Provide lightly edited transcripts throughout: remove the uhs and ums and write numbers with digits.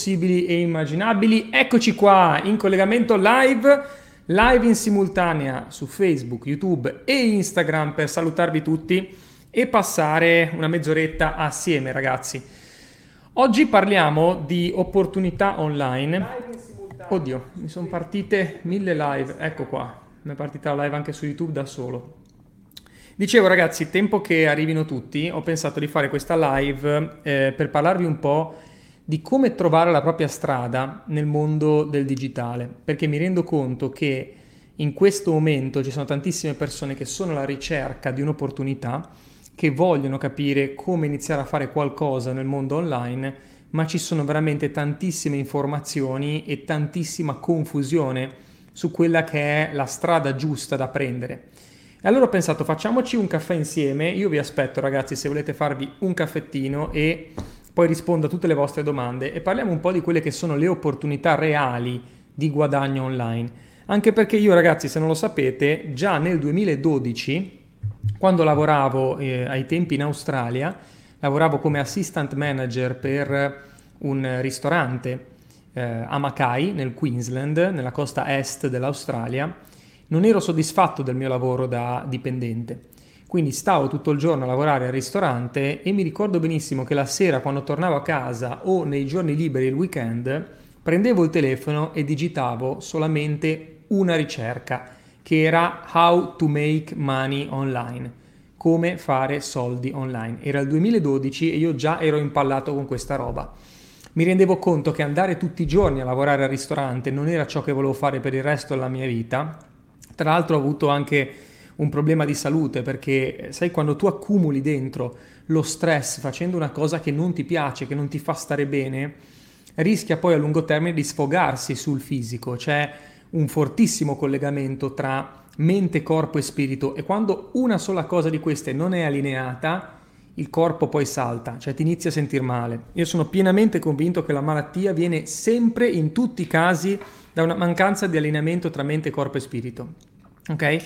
impossibili e immaginabili. Eccoci qua in collegamento live in simultanea su Facebook, YouTube e Instagram per salutarvi tutti e passare una mezz'oretta assieme, ragazzi. Oggi parliamo di opportunità online. Oddio, mi sono partite 1000 live, ecco qua, mi è partita la live anche su YouTube da solo. Dicevo, ragazzi, tempo che arrivino tutti, ho pensato di fare questa live per parlarvi un po' di come trovare la propria strada nel mondo del digitale, perché mi rendo conto che in questo momento ci sono tantissime persone che sono alla ricerca di un'opportunità, che vogliono capire come iniziare a fare qualcosa nel mondo online, ma ci sono veramente tantissime informazioni e tantissima confusione su quella che è la strada giusta da prendere. E allora ho pensato, facciamoci un caffè insieme. Io vi aspetto, ragazzi, se volete farvi un caffettino e poi rispondo a tutte le vostre domande e parliamo un po' di quelle che sono le opportunità reali di guadagno online. Anche perché io, ragazzi, se non lo sapete, già nel 2012, quando lavoravo ai tempi in Australia, lavoravo come assistant manager per un ristorante a Mackay, nel Queensland, nella costa est dell'Australia. Non ero soddisfatto del mio lavoro da dipendente, quindi stavo tutto il giorno a lavorare al ristorante e mi ricordo benissimo che la sera, quando tornavo a casa o nei giorni liberi, il weekend, prendevo il telefono e digitavo solamente una ricerca che era How to make money online, come fare soldi online. Era il 2012 e io già ero impallato con questa roba. Mi rendevo conto che andare tutti i giorni a lavorare al ristorante non era ciò che volevo fare per il resto della mia vita. Tra l'altro ho avuto anche un problema di salute perché, sai, quando tu accumuli dentro lo stress facendo una cosa che non ti piace, che non ti fa stare bene, rischia poi a lungo termine di sfogarsi sul fisico. C'è un fortissimo collegamento tra mente, corpo e spirito e quando una sola cosa di queste non è allineata, il corpo poi salta, cioè ti inizi a sentir male. Io sono pienamente convinto che la malattia viene sempre, in tutti i casi, da una mancanza di allineamento tra mente, corpo e spirito. Ok? E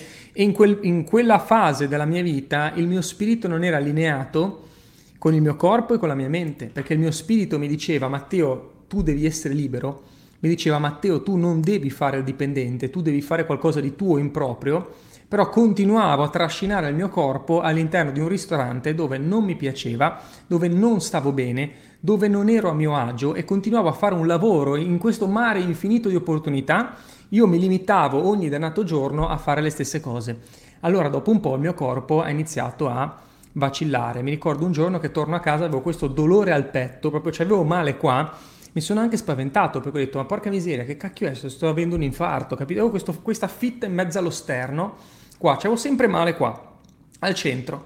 in quella fase della mia vita il mio spirito non era allineato con il mio corpo e con la mia mente, perché il mio spirito mi diceva: Matteo, tu devi essere libero. Mi diceva: Matteo, tu non devi fare il dipendente, tu devi fare qualcosa di tuo in proprio. Però continuavo a trascinare il mio corpo all'interno di un ristorante dove non mi piaceva, dove non stavo bene, dove non ero a mio agio e continuavo a fare un lavoro in questo mare infinito di opportunità. Io mi limitavo ogni dannato giorno a fare le stesse cose. Allora dopo un po' il mio corpo ha iniziato a vacillare. Mi ricordo un giorno che torno a casa, avevo questo dolore al petto, proprio avevo male qua. Mi sono anche spaventato perché ho detto: ma porca miseria, che cacchio è? Sto avendo un infarto, capito? Avevo questa fitta in mezzo allo sterno, qua, c'avevo sempre male qua, al centro.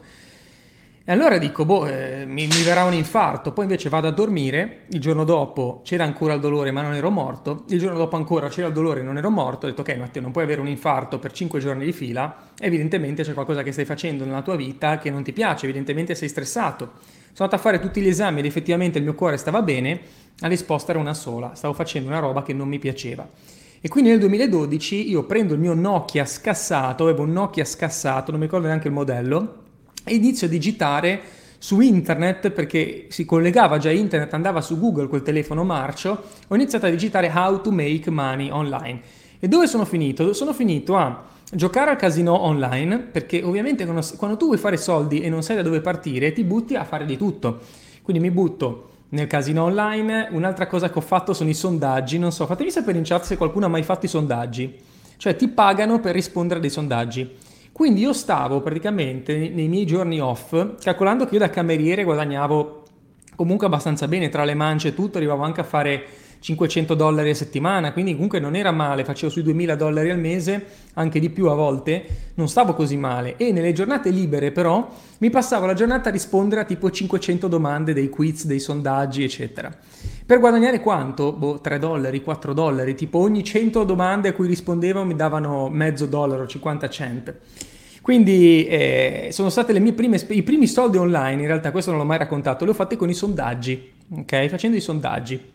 E allora dico, mi verrà un infarto. Poi invece vado a dormire, il giorno dopo c'era ancora il dolore ma non ero morto, il giorno dopo ancora c'era il dolore e non ero morto. Ho detto: ok Matteo, non puoi avere un infarto per 5 giorni di fila, evidentemente c'è qualcosa che stai facendo nella tua vita che non ti piace, evidentemente sei stressato. Sono andato a fare tutti gli esami ed effettivamente il mio cuore stava bene, la risposta era una sola: stavo facendo una roba che non mi piaceva. E quindi nel 2012 io prendo il mio Nokia scassato, avevo un Nokia scassato, non mi ricordo neanche il modello, e inizio a digitare su internet, perché si collegava già a internet, andava su Google quel telefono marcio. Ho iniziato a digitare How to make money online. E dove sono finito? Sono finito a giocare al casino online, perché ovviamente quando tu vuoi fare soldi e non sai da dove partire, ti butti a fare di tutto. Quindi mi butto nel casino online. Un'altra cosa che ho fatto sono i sondaggi. Non so, fatemi sapere in chat se qualcuno ha mai fatto i sondaggi. Cioè ti pagano per rispondere a dei sondaggi. Quindi io stavo praticamente nei miei giorni off, calcolando che io da cameriere guadagnavo comunque abbastanza bene, tra le mance e tutto, arrivavo anche a fare $500 a settimana, quindi comunque non era male, facevo sui $2000 al mese, anche di più a volte, non stavo così male. E nelle giornate libere però mi passavo la giornata a rispondere a tipo 500 domande, dei quiz, dei sondaggi, eccetera. Per guadagnare quanto? $3, $4, tipo ogni 100 domande a cui rispondevo mi davano $0,50, 50 cent. Quindi sono state i primi soldi online, in realtà questo non l'ho mai raccontato, li ho fatti con i sondaggi, ok? Facendo i sondaggi.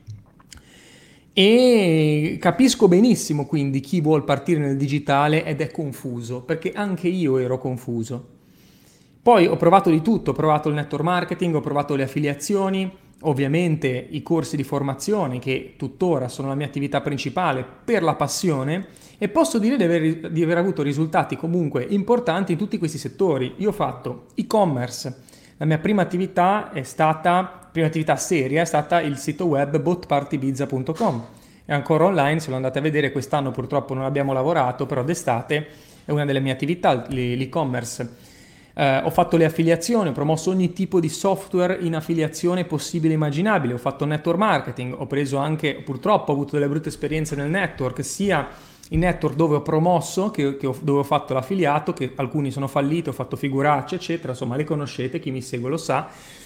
E capisco benissimo quindi chi vuol partire nel digitale ed è confuso, perché anche io ero confuso. Poi ho provato di tutto, ho provato il network marketing, ho provato le affiliazioni, ovviamente i corsi di formazione che tuttora sono la mia attività principale per la passione e posso dire di aver avuto risultati comunque importanti in tutti questi settori. Io ho fatto e-commerce, la mia prima attività seria è stata il sito web botpartybiza.com. È ancora online, se lo andate a vedere, quest'anno purtroppo non abbiamo lavorato, però d'estate è una delle mie attività, l'e-commerce. Ho fatto le affiliazioni, ho promosso ogni tipo di software in affiliazione possibile e immaginabile, ho fatto network marketing, ho preso anche, purtroppo ho avuto delle brutte esperienze nel network, sia in network dove ho promosso, dove ho fatto l'affiliato, che alcuni sono falliti, ho fatto figuracce, eccetera, insomma le conoscete, chi mi segue lo sa,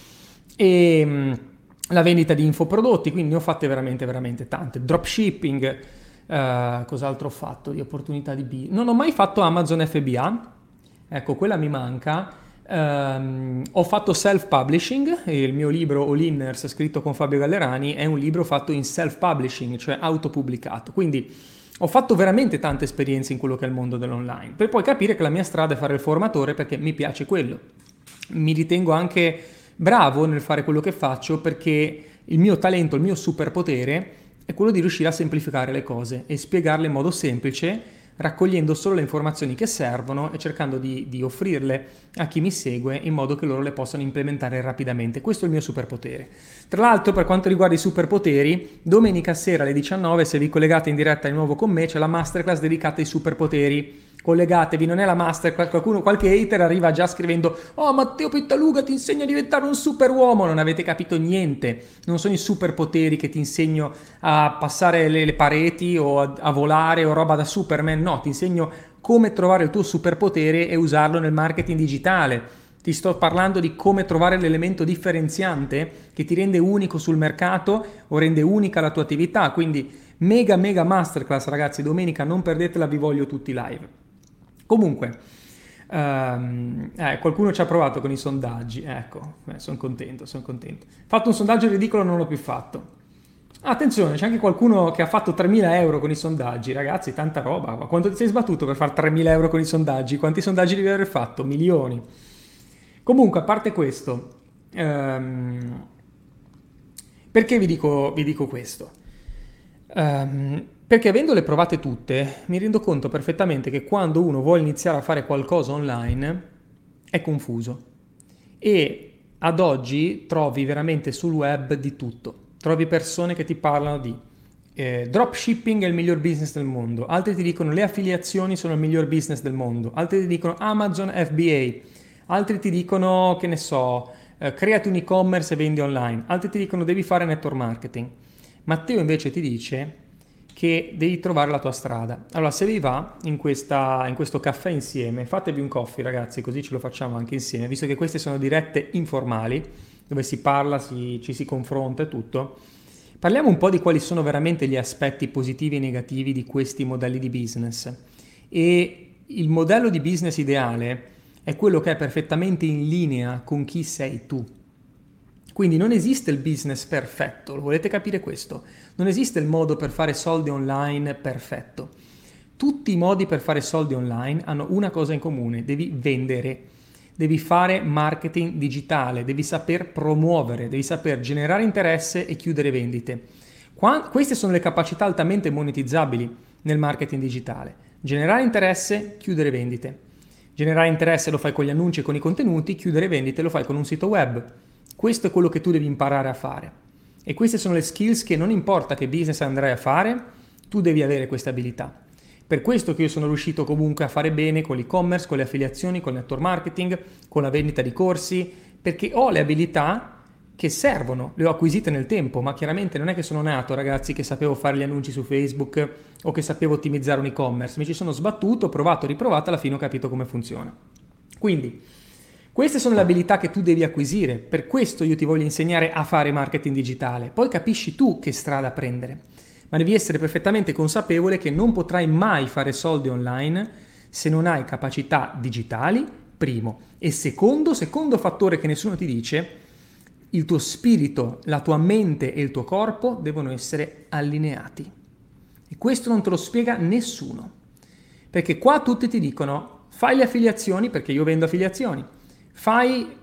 e la vendita di infoprodotti, quindi ne ho fatte veramente, veramente tante. Dropshipping, cos'altro ho fatto di opportunità di business? Non ho mai fatto Amazon FBA, ecco, quella mi manca. Ho fatto self-publishing, il mio libro All Inners, scritto con Fabio Gallerani, è un libro fatto in self-publishing, cioè autopubblicato. Quindi ho fatto veramente tante esperienze in quello che è il mondo dell'online, per poi capire che la mia strada è fare il formatore perché mi piace quello. Mi ritengo anche bravo nel fare quello che faccio perché il mio talento, il mio superpotere è quello di riuscire a semplificare le cose e spiegarle in modo semplice, raccogliendo solo le informazioni che servono e cercando di offrirle a chi mi segue in modo che loro le possano implementare rapidamente. Questo è il mio superpotere. Tra l'altro, per quanto riguarda i superpoteri, domenica sera alle 19, se vi collegate in diretta di nuovo con me, c'è la masterclass dedicata ai superpoteri. Collegatevi, non è la masterclass, qualche hater arriva già scrivendo «Oh, Matteo Pittaluga ti insegna a diventare un superuomo!» Non avete capito niente, non sono i superpoteri che ti insegno a passare le pareti o a volare o roba da Superman, no, ti insegno come trovare il tuo superpotere e usarlo nel marketing digitale. Ti sto parlando di come trovare l'elemento differenziante che ti rende unico sul mercato o rende unica la tua attività, quindi mega masterclass ragazzi, domenica non perdetela, vi voglio tutti live. Comunque, qualcuno ci ha provato con i sondaggi, ecco, sono contento. Fatto un sondaggio ridicolo, non l'ho più fatto. Attenzione, c'è anche qualcuno che ha fatto 3.000 euro con i sondaggi, ragazzi, tanta roba. Ma quanto ti sei sbattuto per fare 3.000 euro con i sondaggi? Quanti sondaggi devi aver fatto? Milioni. Comunque, a parte questo, perché vi dico questo? Perché avendole provate tutte, mi rendo conto perfettamente che quando uno vuole iniziare a fare qualcosa online è confuso. E ad oggi trovi veramente sul web di tutto. Trovi persone che ti parlano di dropshipping è il miglior business del mondo, altri ti dicono le affiliazioni sono il miglior business del mondo, altri ti dicono Amazon FBA, altri ti dicono, che ne so, creati un e-commerce e vendi online, altri ti dicono devi fare network marketing. Matteo invece ti dice che devi trovare la tua strada. Allora, se vi va in questo caffè insieme, fatevi un coffee ragazzi, così ce lo facciamo anche insieme, visto che queste sono dirette informali, dove si parla, ci si confronta e tutto. Parliamo un po' di quali sono veramente gli aspetti positivi e negativi di questi modelli di business. E il modello di business ideale è quello che è perfettamente in linea con chi sei tu. Quindi non esiste il business perfetto, lo volete capire questo? Non esiste il modo per fare soldi online perfetto. Tutti i modi per fare soldi online hanno una cosa in comune: devi vendere, devi fare marketing digitale, devi saper promuovere, devi saper generare interesse e chiudere vendite. Queste sono le capacità altamente monetizzabili nel marketing digitale: generare interesse, chiudere vendite. Generare interesse lo fai con gli annunci e con i contenuti, chiudere vendite lo fai con un sito web. Questo è quello che tu devi imparare a fare. E queste sono le skills che non importa che business andrai a fare, tu devi avere queste abilità. Per questo che io sono riuscito comunque a fare bene con l'e-commerce, con le affiliazioni, con il network marketing, con la vendita di corsi, perché ho le abilità che servono, le ho acquisite nel tempo, ma chiaramente non è che sono nato, ragazzi, che sapevo fare gli annunci su Facebook o che sapevo ottimizzare un e-commerce. Mi ci sono sbattuto, provato, riprovato, alla fine ho capito come funziona. Quindi, queste sono le abilità che tu devi acquisire, per questo io ti voglio insegnare a fare marketing digitale, poi capisci tu che strada prendere, ma devi essere perfettamente consapevole che non potrai mai fare soldi online se non hai capacità digitali, primo, e secondo fattore che nessuno ti dice, il tuo spirito, la tua mente e il tuo corpo devono essere allineati. E questo non te lo spiega nessuno, perché qua tutti ti dicono fai le affiliazioni, perché io vendo affiliazioni, fai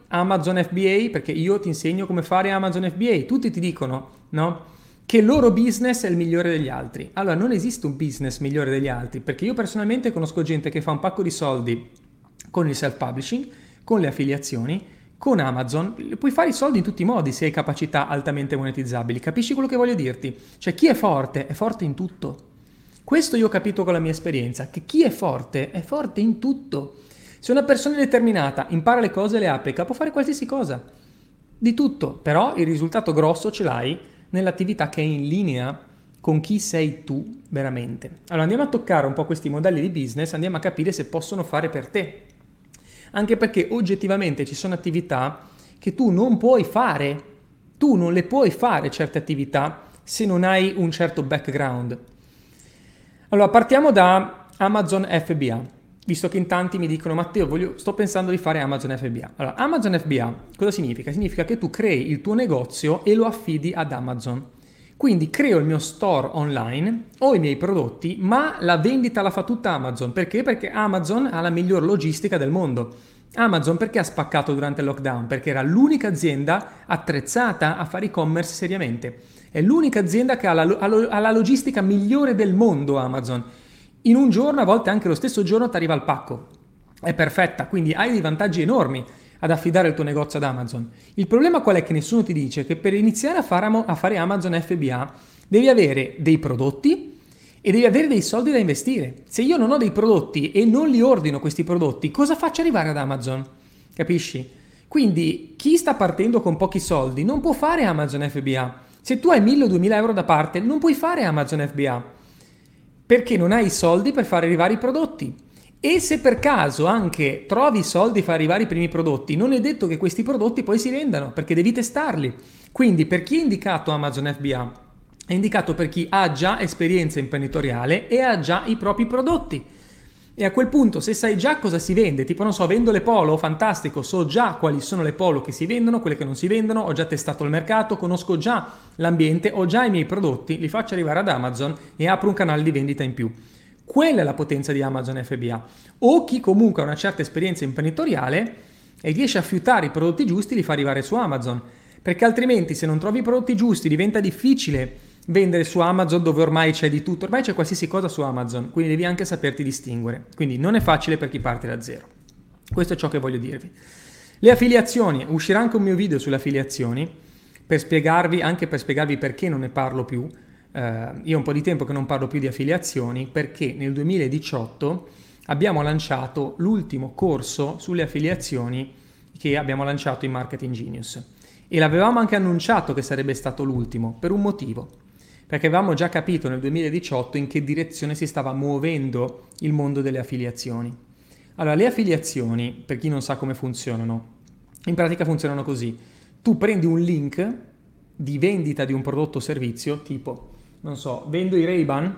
Amazon FBA, perché io ti insegno come fare Amazon FBA. Tutti ti dicono, no? Che il loro business è il migliore degli altri. Allora, non esiste un business migliore degli altri, perché io personalmente conosco gente che fa un pacco di soldi con il self-publishing, con le affiliazioni, con Amazon. Puoi fare i soldi in tutti i modi se hai capacità altamente monetizzabili. Capisci quello che voglio dirti? Cioè, chi è forte in tutto. Questo io ho capito con la mia esperienza, che chi è forte in tutto. Se una persona è determinata, impara le cose e le applica, può fare qualsiasi cosa. Di tutto. Però il risultato grosso ce l'hai nell'attività che è in linea con chi sei tu veramente. Allora andiamo a toccare un po' questi modelli di business, andiamo a capire se possono fare per te. Anche perché oggettivamente ci sono attività che tu non puoi fare, tu non le puoi fare certe attività se non hai un certo background. Allora partiamo da Amazon FBA, visto che in tanti mi dicono Matteo, sto pensando di fare Amazon FBA. Allora, Amazon FBA cosa significa? Significa che tu crei il tuo negozio e lo affidi ad Amazon. Quindi creo il mio store online, ho i miei prodotti, ma la vendita la fa tutta Amazon. Perché? Perché Amazon ha la miglior logistica del mondo. Amazon perché ha spaccato durante il lockdown? Perché era l'unica azienda attrezzata a fare e-commerce seriamente. È l'unica azienda che ha la logistica migliore del mondo, Amazon. In un giorno, a volte anche lo stesso giorno, ti arriva il pacco. È perfetta, quindi hai dei vantaggi enormi ad affidare il tuo negozio ad Amazon. Il problema qual è? Che nessuno ti dice che per iniziare a fare Amazon FBA devi avere dei prodotti e devi avere dei soldi da investire. Se io non ho dei prodotti e non li ordino questi prodotti, cosa faccio arrivare ad Amazon? Capisci? Quindi chi sta partendo con pochi soldi non può fare Amazon FBA. Se tu hai 1.000 o 2.000 euro da parte, non puoi fare Amazon FBA perché non hai i soldi per far arrivare i prodotti. E se per caso anche trovi i soldi per far arrivare i primi prodotti, non è detto che questi prodotti poi si vendano, perché devi testarli. Quindi per chi è indicato Amazon FBA, è indicato per chi ha già esperienza imprenditoriale e ha già i propri prodotti. E a quel punto, se sai già cosa si vende, tipo non so, vendo le polo, fantastico, so già quali sono le polo che si vendono, quelle che non si vendono, ho già testato il mercato, conosco già l'ambiente, ho già i miei prodotti, li faccio arrivare ad Amazon e apro un canale di vendita in più. Quella è la potenza di Amazon FBA. O chi comunque ha una certa esperienza imprenditoriale e riesce a fiutare i prodotti giusti, li fa arrivare su Amazon. Perché altrimenti, se non trovi i prodotti giusti, diventa difficile vendere su Amazon, dove ormai c'è di tutto, ormai c'è qualsiasi cosa su Amazon, quindi devi anche saperti distinguere. Quindi non è facile per chi parte da zero. Questo è ciò che voglio dirvi. Le affiliazioni, uscirà anche un mio video sulle affiliazioni per spiegarvi perché non ne parlo più. Io ho un po' di tempo che non parlo più di affiliazioni, perché nel 2018 abbiamo lanciato l'ultimo corso sulle affiliazioni che abbiamo lanciato in Marketing Genius, e l'avevamo anche annunciato che sarebbe stato l'ultimo per un motivo, perché avevamo già capito nel 2018 in che direzione si stava muovendo il mondo delle affiliazioni. Allora, le affiliazioni, per chi non sa come funzionano, in pratica funzionano così: tu prendi un link di vendita di un prodotto o servizio, tipo, non so, vendo i Ray-Ban,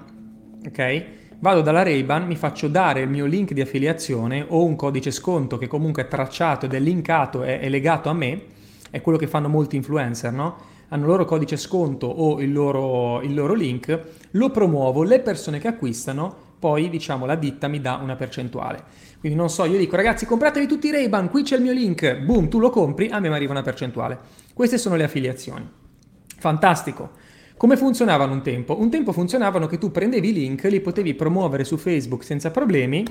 ok? Vado dalla Ray-Ban, mi faccio dare il mio link di affiliazione o un codice sconto che comunque è tracciato ed è linkato, è legato a me, è quello che fanno molti influencer, no? Hanno il loro codice sconto o il loro link, lo promuovo, le persone che acquistano, poi diciamo la ditta mi dà una percentuale. Quindi non so, io dico ragazzi compratevi tutti i Ray-Ban, qui c'è il mio link, boom, tu lo compri, a me mi arriva una percentuale. Queste sono le affiliazioni. Fantastico. Come funzionavano un tempo? Un tempo funzionavano che tu prendevi i link, li potevi promuovere su Facebook senza problemi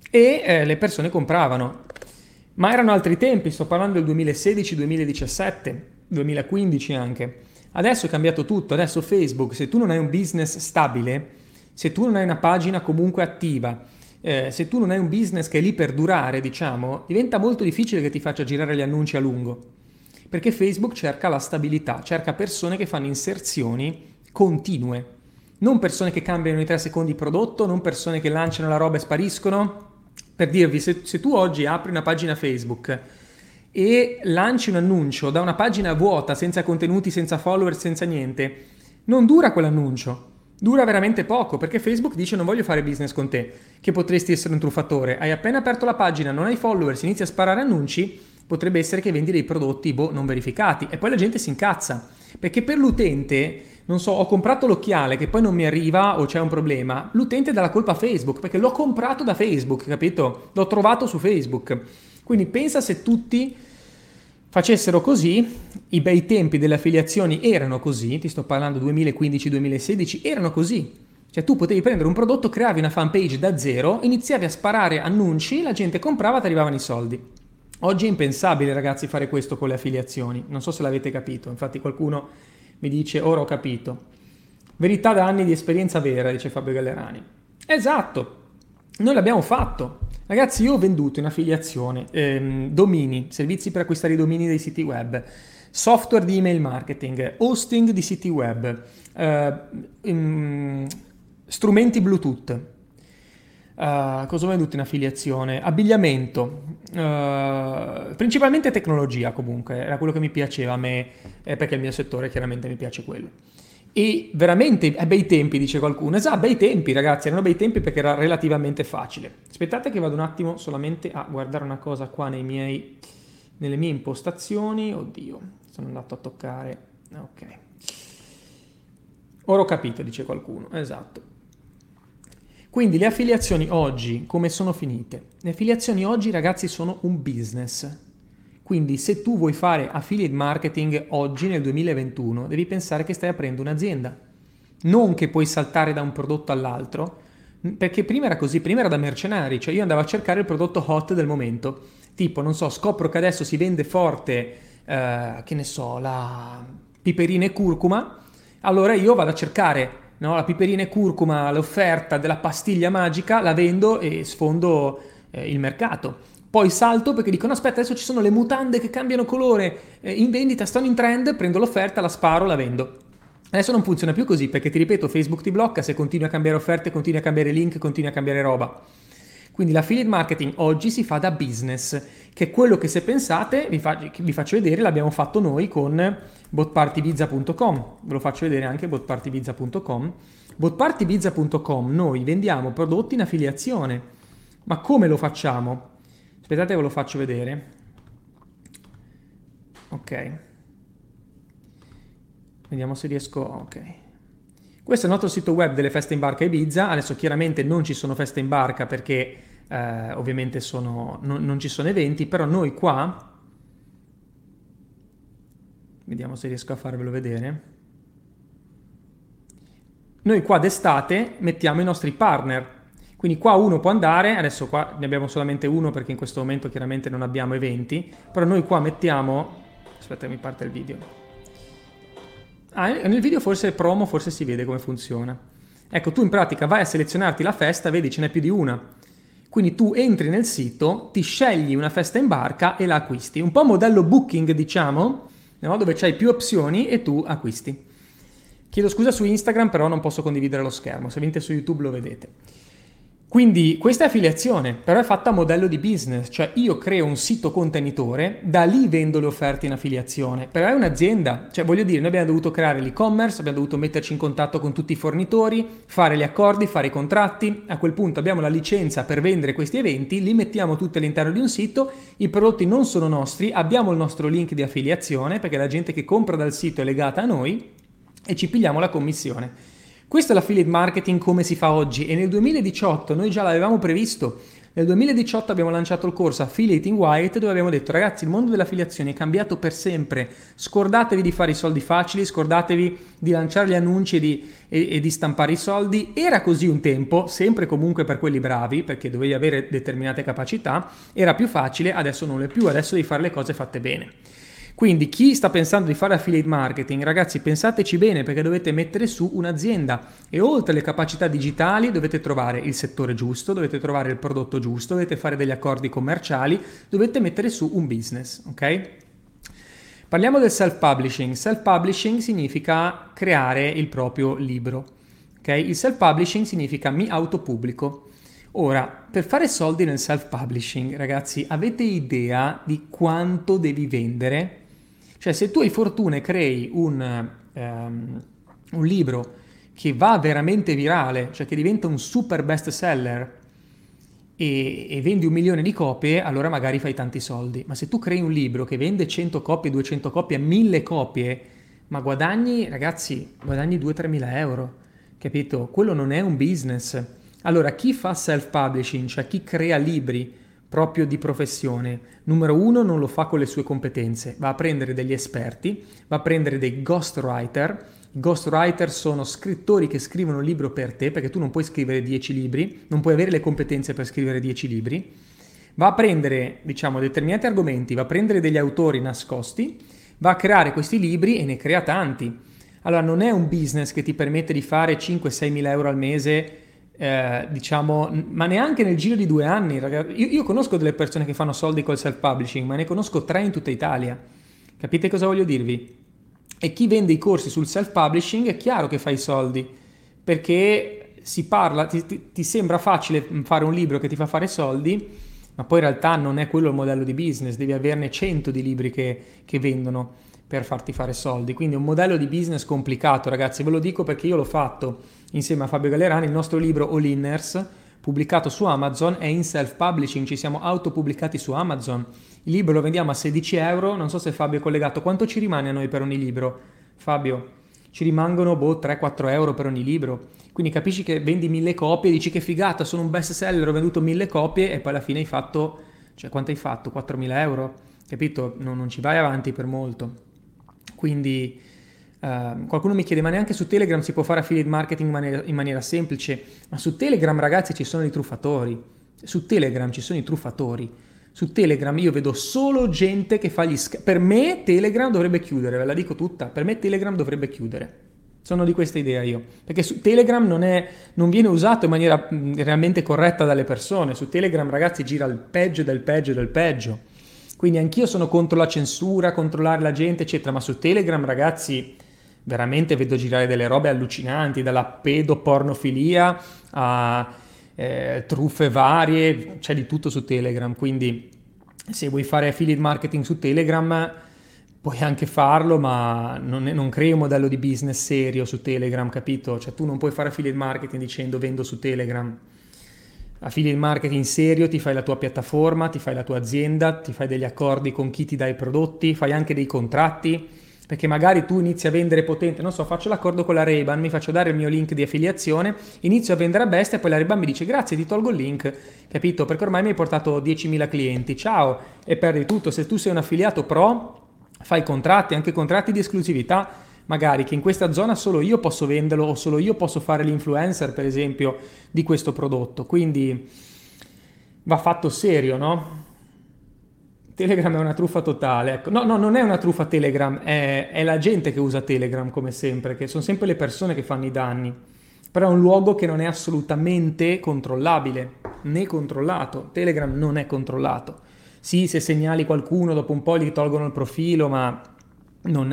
e le persone compravano. Ma erano altri tempi, sto parlando del 2016, 2017, 2015 anche. Adesso è cambiato tutto, adesso Facebook, se tu non hai un business stabile, se tu non hai una pagina comunque attiva, se tu non hai un business che è lì per durare, diciamo, diventa molto difficile che ti faccia girare gli annunci a lungo. Perché Facebook cerca la stabilità, cerca persone che fanno inserzioni continue, non persone che cambiano in 3 secondi prodotto, non persone che lanciano la roba e spariscono. Per dirvi, se tu oggi apri una pagina Facebook e lanci un annuncio da una pagina vuota, senza contenuti, senza follower, senza niente, non dura quell'annuncio, dura veramente poco, perché Facebook dice non voglio fare business con te, che potresti essere un truffatore, hai appena aperto la pagina, non hai followers, inizi a sparare annunci, potrebbe essere che vendi dei prodotti non verificati, e poi la gente si incazza, perché per l'utente, non so, ho comprato l'occhiale che poi non mi arriva o c'è un problema, l'utente dà la colpa a Facebook, perché l'ho comprato da Facebook, capito? L'ho trovato su Facebook. Quindi pensa se tutti facessero così, i bei tempi delle affiliazioni erano così, ti sto parlando 2015-2016, erano così. Cioè tu potevi prendere un prodotto, creavi una fanpage da zero, iniziavi a sparare annunci, la gente comprava, ti arrivavano i soldi. Oggi è impensabile, ragazzi, fare questo con le affiliazioni. Non so se l'avete capito, infatti qualcuno mi dice ora ho capito. Verità da anni di esperienza vera, dice Fabio Gallerani. Esatto, noi l'abbiamo fatto. Ragazzi, io ho venduto in affiliazione domini, servizi per acquistare i domini dei siti web, software di email marketing, hosting di siti web, strumenti Bluetooth. Cosa ho venduto in affiliazione? Abbigliamento, principalmente tecnologia comunque, era quello che mi piaceva a me, perché il mio settore chiaramente mi piace quello. E veramente a bei tempi, dice qualcuno. Esatto, bei tempi ragazzi, erano bei tempi perché era relativamente facile. Aspettate che vado un attimo solamente a guardare una cosa qua nelle mie impostazioni. Oddio, sono andato a toccare. Ok. Ora ho capito, dice qualcuno. Esatto. Quindi le affiliazioni oggi, come sono finite? Le affiliazioni oggi, ragazzi, sono un business. Quindi se tu vuoi fare affiliate marketing oggi nel 2021, devi pensare che stai aprendo un'azienda. Non che puoi saltare da un prodotto all'altro, perché prima era così, prima era da mercenari, cioè io andavo a cercare il prodotto hot del momento. Tipo, non so, scopro che adesso si vende forte, che ne so, la piperina e curcuma, allora io vado a cercare, no, la piperina e curcuma, l'offerta della pastiglia magica, la vendo e sfondo il mercato. Poi salto perché dicono aspetta adesso ci sono le mutande che cambiano colore in vendita, stanno in trend, prendo l'offerta, la sparo, la vendo. Adesso non funziona più così perché ti ripeto Facebook ti blocca se continui a cambiare offerte, continui a cambiare link, continui a cambiare roba. Quindi l'affiliate marketing oggi si fa da business, che è quello che se pensate, vi faccio vedere, l'abbiamo fatto noi con botpartybizza.com, ve lo faccio vedere anche botpartybizza.com. Botpartybizza.com noi vendiamo prodotti in affiliazione, ma come lo facciamo? Aspettate, ve lo faccio vedere. Ok. Vediamo se riesco. Ok. Questo è il nostro sito web delle feste in barca Ibiza. Adesso chiaramente non ci sono feste in barca perché ovviamente non ci sono eventi, però noi qua. Vediamo se riesco a farvelo vedere. Noi qua d'estate mettiamo i nostri partner. Quindi qua uno può andare, adesso qua ne abbiamo solamente uno perché in questo momento chiaramente non abbiamo eventi, però noi qua mettiamo, aspetta mi parte il video, nel video forse promo, forse si vede come funziona. Ecco, tu in pratica vai a selezionarti la festa, vedi ce n'è più di una, quindi tu entri nel sito, ti scegli una festa in barca e la acquisti, un po' modello booking diciamo, no? Dove c'hai più opzioni e tu acquisti. Chiedo scusa su Instagram però non posso condividere lo schermo, se venite su YouTube lo vedete. Quindi questa è affiliazione, però è fatta a modello di business, cioè io creo un sito contenitore, da lì vendo le offerte in affiliazione, però è un'azienda, cioè voglio dire, noi abbiamo dovuto creare l'e-commerce, abbiamo dovuto metterci in contatto con tutti i fornitori, fare gli accordi, fare i contratti, a quel punto abbiamo la licenza per vendere questi eventi, li mettiamo tutti all'interno di un sito, i prodotti non sono nostri, abbiamo il nostro link di affiliazione, perché la gente che compra dal sito è legata a noi e ci pigliamo la commissione. Questo è l'affiliate marketing come si fa oggi e nel 2018 noi già l'avevamo previsto. Nel 2018 abbiamo lanciato il corso Affiliate in White dove abbiamo detto ragazzi il mondo dell'affiliazione è cambiato per sempre, scordatevi di fare i soldi facili, scordatevi di lanciare gli annunci e di stampare i soldi. Era così un tempo, sempre comunque per quelli bravi perché dovevi avere determinate capacità, era più facile, adesso non lo è più, adesso devi fare le cose fatte bene. Quindi chi sta pensando di fare affiliate marketing, ragazzi, pensateci bene perché dovete mettere su un'azienda e oltre alle capacità digitali dovete trovare il settore giusto, dovete trovare il prodotto giusto, dovete fare degli accordi commerciali, dovete mettere su un business, ok? Parliamo del self-publishing. Self-publishing significa creare il proprio libro, ok? Il self-publishing significa mi autopubblico. Ora, per fare soldi nel self-publishing, ragazzi, avete idea di quanto devi vendere? Cioè, se tu hai fortuna e crei un libro che va veramente virale, cioè che diventa un super best seller e vendi 1 milione di copie, allora magari fai tanti soldi. Ma se tu crei un libro che vende 100 copie, 200 copie, 1000 copie, ma guadagni, ragazzi, guadagni 2-3 mila euro, capito? Quello non è un business. Allora, chi fa self-publishing, cioè chi crea libri, proprio di professione. Numero uno, non lo fa con le sue competenze, va a prendere degli esperti, va a prendere dei ghostwriter. I ghostwriter sono scrittori che scrivono un libro per te, perché tu non puoi scrivere 10 libri, non puoi avere le competenze per scrivere 10 libri. Va a prendere, diciamo, determinati argomenti, va a prendere degli autori nascosti, va a creare questi libri e ne crea tanti. Allora, non è un business che ti permette di fare 5-6 mila euro al mese, diciamo, ma neanche nel giro di 2 anni. Io conosco delle persone che fanno soldi col self-publishing, ma ne conosco 3 in tutta Italia. Capite cosa voglio dirvi? E chi vende i corsi sul self-publishing è chiaro che fa i soldi, perché si parla, ti sembra facile fare un libro che ti fa fare soldi, ma poi in realtà non è quello il modello di business, devi averne 100 di libri che vendono per farti fare soldi. Quindi è un modello di business complicato, ragazzi, ve lo dico perché io l'ho fatto insieme a Fabio Gallerani. Il nostro libro All Inners, pubblicato su Amazon, è in self-publishing, ci siamo autopubblicati su Amazon. Il libro lo vendiamo a 16 euro, non so se Fabio è collegato. Quanto ci rimane a noi per ogni libro? Fabio, ci rimangono 3-4 euro per ogni libro. Quindi capisci che vendi 1000 copie, dici che figata, sono un best seller, ho venduto 1000 copie e poi alla fine hai fatto, cioè quanto hai fatto? 4.000 euro? Capito? Non ci vai avanti per molto. Quindi qualcuno mi chiede, ma neanche su Telegram si può fare affiliate marketing in maniera semplice? Ma su Telegram, ragazzi, ci sono i truffatori. Su Telegram ci sono i truffatori. Su Telegram io vedo solo gente che fa per me Telegram dovrebbe chiudere, ve la dico tutta. Per me Telegram dovrebbe chiudere. Sono di questa idea io. Perché su Telegram non viene usato in maniera realmente corretta dalle persone. Su Telegram, ragazzi, gira il peggio del peggio del peggio. Quindi anch'io sono contro la censura, controllare la gente, eccetera, ma su Telegram, ragazzi, veramente vedo girare delle robe allucinanti, dalla pedopornofilia a truffe varie, c'è di tutto su Telegram. Quindi se vuoi fare affiliate marketing su Telegram puoi anche farlo, ma non crei un modello di business serio su Telegram, capito? Cioè tu non puoi fare affiliate marketing dicendo vendo su Telegram. Affiliate marketing serio, ti fai la tua piattaforma, ti fai la tua azienda, ti fai degli accordi con chi ti dà i prodotti, fai anche dei contratti, perché magari tu inizi a vendere potente, non so, faccio l'accordo con la Ray-Ban, mi faccio dare il mio link di affiliazione, inizio a vendere a bestia e poi la Ray-Ban mi dice grazie, ti tolgo il link, capito? Perché ormai mi hai portato 10.000 clienti, ciao, e perdi tutto. Se tu sei un affiliato pro, fai contratti, anche contratti di esclusività, magari che in questa zona solo io posso venderlo o solo io posso fare l'influencer, per esempio, di questo prodotto. Quindi va fatto serio, no? Telegram è una truffa totale. Ecco. No, non è una truffa Telegram, è la gente che usa Telegram come sempre, che sono sempre le persone che fanno i danni. Però è un luogo che non è assolutamente controllabile, né controllato. Telegram non è controllato. Sì, se segnali qualcuno, dopo un po' gli tolgono il profilo, ma non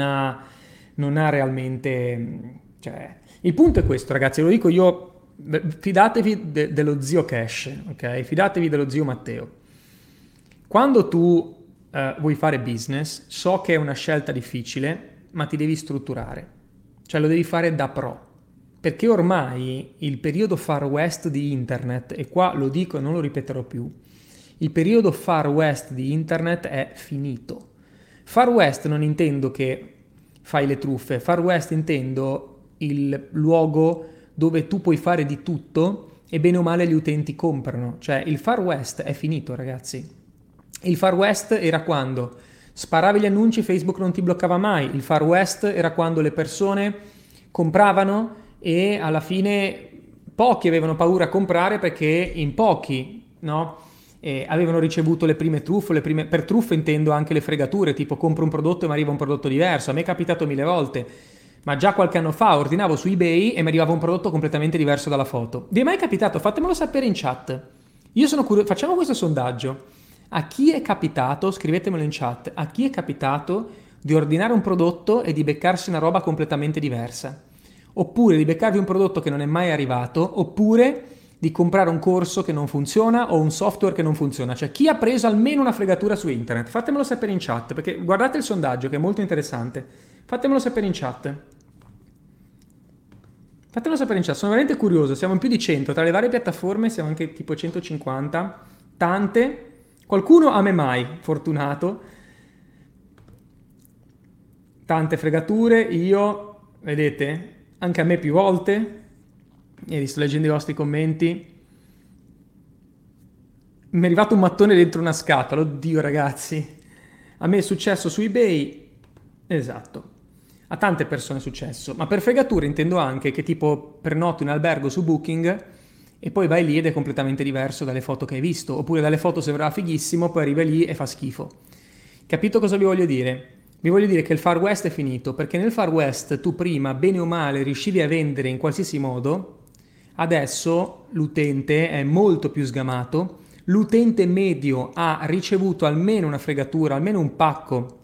ha realmente... Cioè, il punto è questo, ragazzi, lo dico io, fidatevi dello zio Cash, ok? Fidatevi dello zio Matteo. Quando tu vuoi fare business, so che è una scelta difficile, ma ti devi strutturare. Cioè lo devi fare da pro. Perché ormai il periodo far west di internet, e qua lo dico e non lo ripeterò più, il periodo far west di internet è finito. Far west non intendo che fai le truffe, far west intendo il luogo dove tu puoi fare di tutto e bene o male gli utenti comprano. Cioè il far west è finito, ragazzi. Il far west era quando sparavi gli annunci, Facebook non ti bloccava mai. Il far west era quando le persone compravano e alla fine pochi avevano paura a comprare perché in pochi, no? Avevano ricevuto le prime truffe, per truffe intendo anche le fregature, tipo compro un prodotto e mi arriva un prodotto diverso. A me è capitato 1000 volte, ma già qualche anno fa ordinavo su eBay e mi arrivava un prodotto completamente diverso dalla foto. Vi è mai capitato? Fatemelo sapere in chat. Io sono curioso, facciamo questo sondaggio. A chi è capitato, scrivetemelo in chat, a chi è capitato di ordinare un prodotto e di beccarsi una roba completamente diversa? Oppure di beccarvi un prodotto che non è mai arrivato, oppure di comprare un corso che non funziona o un software che non funziona. Cioè chi ha preso almeno una fregatura su internet? Fatemelo sapere in chat, perché guardate il sondaggio che è molto interessante. Fatemelo sapere in chat. Fatemelo sapere in chat, sono veramente curioso, siamo in più di 100, tra le varie piattaforme siamo anche tipo 150, tante. Qualcuno a me mai, fortunato. Tante fregature, io, vedete, anche a me più volte. Ieri sto leggendo i vostri commenti. mi è arrivato un mattone dentro una scatola, oddio ragazzi. A me è successo su eBay, esatto. A tante persone è successo, ma per fregatura intendo anche che tipo prenoti un albergo su Booking e poi vai lì ed è completamente diverso dalle foto che hai visto, oppure dalle foto sembrava fighissimo, poi arrivi lì e fa schifo. Capito cosa vi voglio dire? Vi voglio dire che il Far West è finito, perché nel Far West tu prima, bene o male, riuscivi a vendere in qualsiasi modo, adesso l'utente è molto più sgamato, l'utente medio ha ricevuto almeno una fregatura, almeno un pacco,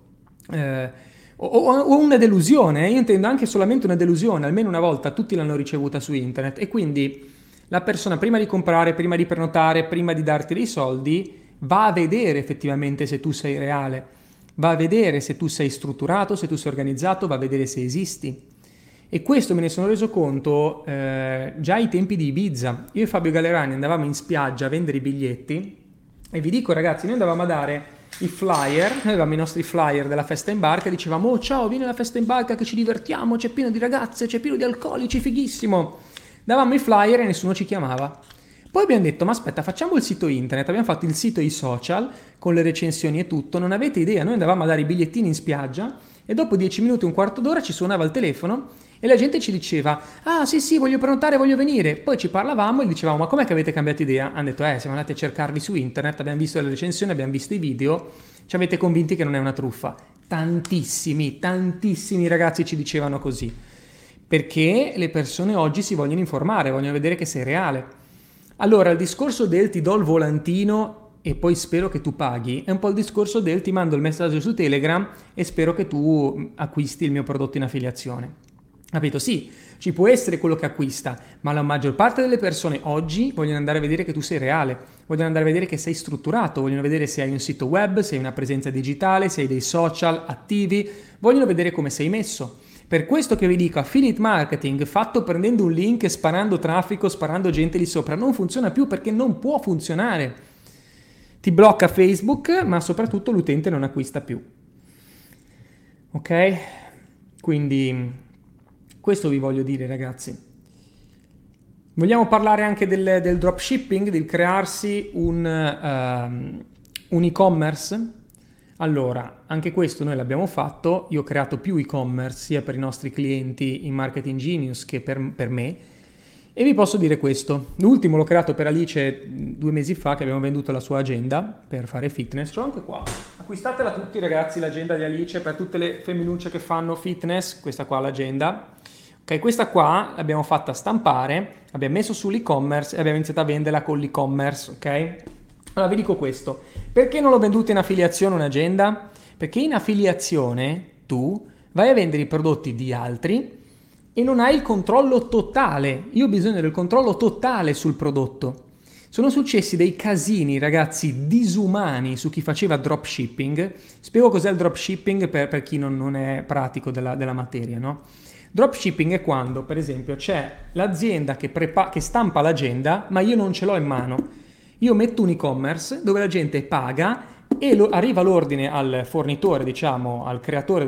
o una delusione, io intendo anche solamente una delusione, almeno una volta tutti l'hanno ricevuta su internet e quindi la persona prima di comprare, prima di prenotare, prima di darti dei soldi, va a vedere effettivamente se tu sei reale, va a vedere se tu sei strutturato, se tu sei organizzato, va a vedere se esisti. E questo me ne sono reso conto già ai tempi di Ibiza. Io e Fabio Gallerani andavamo in spiaggia a vendere i biglietti e vi dico ragazzi, noi andavamo a dare i flyer, noi avevamo i nostri flyer della festa in barca e dicevamo oh ciao vieni alla festa in barca che ci divertiamo, c'è pieno di ragazze, c'è pieno di alcolici, fighissimo. Davamo i flyer e nessuno ci chiamava. Poi abbiamo detto ma aspetta facciamo il sito internet, abbiamo fatto il sito e i social con le recensioni e tutto, non avete idea, noi andavamo a dare i bigliettini in spiaggia e dopo 10 minuti, un quarto d'ora ci suonava il telefono e la gente ci diceva ah sì voglio prenotare, voglio venire. Poi ci parlavamo e dicevamo ma com'è che avete cambiato idea? Hanno detto siamo andati a cercarvi su internet, abbiamo visto le recensioni, abbiamo visto i video, ci avete convinti che non è una truffa. Tantissimi ragazzi ci dicevano così, perché le persone oggi si vogliono informare, vogliono vedere che sei reale. Allora il discorso del ti do il volantino e poi spero che tu paghi è un po' il discorso del ti mando il messaggio su Telegram e spero che tu acquisti il mio prodotto in affiliazione. Capito? Sì, ci può essere quello che acquista, ma la maggior parte delle persone oggi vogliono andare a vedere che tu sei reale, vogliono andare a vedere che sei strutturato, vogliono vedere se hai un sito web, se hai una presenza digitale, se hai dei social attivi, vogliono vedere come sei messo. Per questo che vi dico, affiliate marketing fatto prendendo un link e sparando traffico, sparando gente lì sopra, non funziona più perché non può funzionare. Ti blocca Facebook, ma soprattutto l'utente non acquista più. Ok? Quindi questo vi voglio dire ragazzi. Vogliamo parlare anche del dropshipping, del crearsi un e-commerce? Allora, anche questo noi l'abbiamo fatto, io ho creato più e-commerce sia per i nostri clienti in Marketing Genius che per me e vi posso dire questo, l'ultimo l'ho creato per Alice 2 mesi fa che abbiamo venduto la sua agenda per fare fitness, c'ho anche qua, acquistatela tutti ragazzi l'agenda di Alice per tutte le femminucce che fanno fitness, questa qua l'agenda, ok, questa qua l'abbiamo fatta stampare, abbiamo messo sull'e-commerce e abbiamo iniziato a venderla con l'e-commerce, ok? Allora vi dico questo, perché non l'ho venduta in affiliazione un'agenda? Perché in affiliazione tu vai a vendere i prodotti di altri e non hai il controllo totale. Io ho bisogno del controllo totale sul prodotto. Sono successi dei casini, ragazzi, disumani su chi faceva dropshipping. Spiego cos'è il dropshipping per chi non è pratico della materia, no? Dropshipping è quando, per esempio, c'è l'azienda che stampa l'agenda, ma io non ce l'ho in mano. Io metto un e-commerce dove la gente paga e arriva l'ordine al fornitore, diciamo, al creatore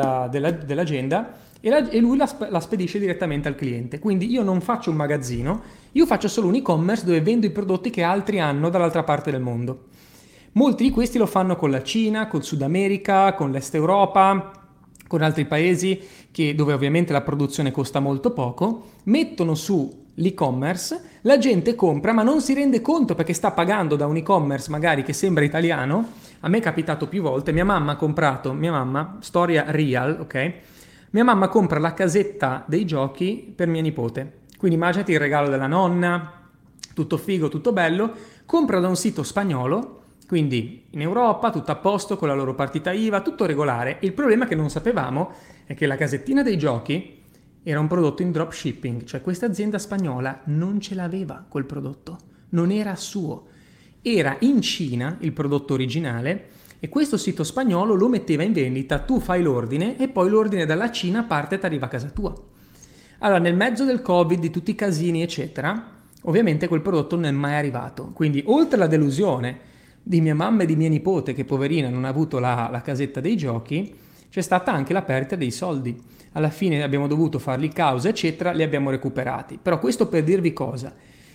dell'agenda e lui la spedisce direttamente al cliente. Quindi io non faccio un magazzino, io faccio solo un e-commerce dove vendo i prodotti che altri hanno dall'altra parte del mondo. Molti di questi lo fanno con la Cina, col Sud America, con l'Est Europa, con altri paesi dove ovviamente la produzione costa molto poco, mettono su l'e-commerce, la gente compra ma non si rende conto perché sta pagando da un e-commerce magari che sembra italiano. A me è capitato più volte, mia mamma ha comprato, storia real, ok? Mia mamma compra la casetta dei giochi per mia nipote, quindi immaginati il regalo della nonna, tutto figo, tutto bello, compra da un sito spagnolo, quindi in Europa tutto a posto con la loro partita IVA, tutto regolare. Il problema che non sapevamo è che la casettina dei giochi era un prodotto in dropshipping, cioè questa azienda spagnola non ce l'aveva quel prodotto, non era suo, era in Cina il prodotto originale e questo sito spagnolo lo metteva in vendita, tu fai l'ordine e poi l'ordine dalla Cina parte e ti arriva a casa tua. Allora nel mezzo del Covid, di tutti i casini eccetera, ovviamente quel prodotto non è mai arrivato, quindi oltre alla delusione di mia mamma e di mia nipote che poverina non ha avuto la casetta dei giochi, c'è stata anche la perdita dei soldi. Alla fine abbiamo dovuto farli causa eccetera, li abbiamo recuperati. Però questo per dirvi cosa?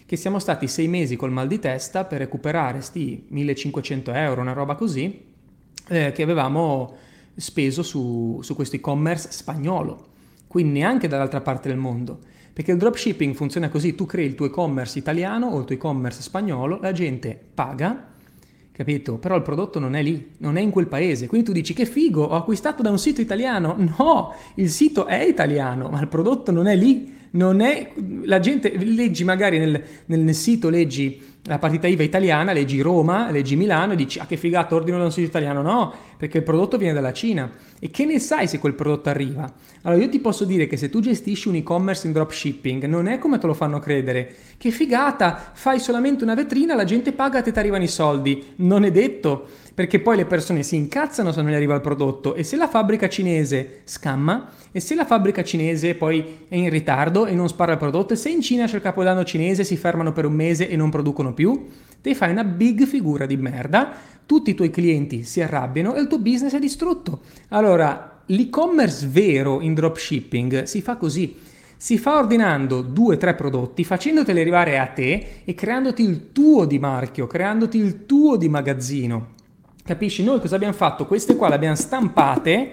che siamo stati 6 mesi col mal di testa per recuperare sti 1500 euro, una roba così, che avevamo speso su questo e-commerce spagnolo, quindi neanche dall'altra parte del mondo. Perché il dropshipping funziona così: tu crei il tuo e-commerce italiano o il tuo e-commerce spagnolo, la gente paga, capito? Però il prodotto non è lì, non è in quel paese. Quindi tu dici: che figo, ho acquistato da un sito italiano. No, il sito è italiano, ma il prodotto non è lì. Non è, la gente, leggi magari nel sito, leggi la partita IVA italiana, leggi Roma, leggi Milano e dici: ah, che figata, ordino da un sito italiano. No, perché il prodotto viene dalla Cina. E che ne sai se quel prodotto arriva? Allora io ti posso dire che se tu gestisci un e-commerce in dropshipping, non è come te lo fanno credere. Che figata, fai solamente una vetrina, la gente paga e te ti arrivano i soldi. Non è detto, perché poi le persone si incazzano se non gli arriva il prodotto, e se la fabbrica cinese scamma, e se la fabbrica cinese poi è in ritardo e non spara il prodotto, e se in Cina c'è il capodanno cinese, si fermano per un mese e non producono più, te fai una big figura di merda, tutti i tuoi clienti si arrabbiano e il tuo business è distrutto. Allora, l'e-commerce vero in dropshipping si fa così: si fa ordinando 2-3 prodotti, facendoteli arrivare a te e creandoti il tuo di marchio, creandoti il tuo di magazzino. Capisci? Noi cosa abbiamo fatto? Queste qua le abbiamo stampate,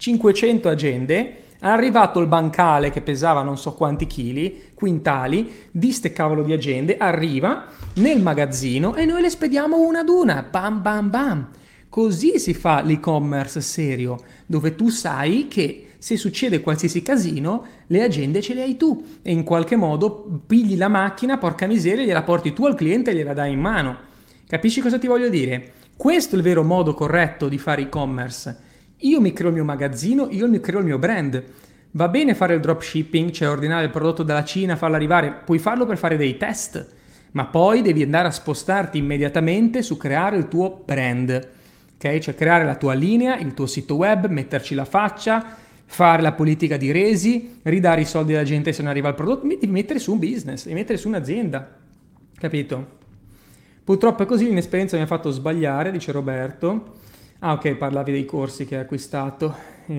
500 agende, è arrivato il bancale che pesava non so quanti chili, quintali, di ste cavolo di agende, arriva nel magazzino e noi le spediamo una ad una, bam bam bam. Così si fa l'e-commerce serio, dove tu sai che se succede qualsiasi casino, le agende ce le hai tu e in qualche modo pigli la macchina, porca miseria, gliela porti tu al cliente e gliela dai in mano. Capisci cosa ti voglio dire? Questo è il vero modo corretto di fare e-commerce. Io mi creo il mio magazzino, io mi creo il mio brand. Va bene fare il dropshipping, cioè ordinare il prodotto dalla Cina, farlo arrivare, puoi farlo per fare dei test, ma poi devi andare a spostarti immediatamente su creare il tuo brand, ok? Cioè creare la tua linea, il tuo sito web, metterci la faccia, fare la politica di resi, ridare i soldi alla gente se non arriva il prodotto, devi mettere su un business, devi mettere su un'azienda, capito? Purtroppo è così, l'inesperienza mi ha fatto sbagliare, dice Roberto. Ah, ok, parlavi dei corsi che hai acquistato.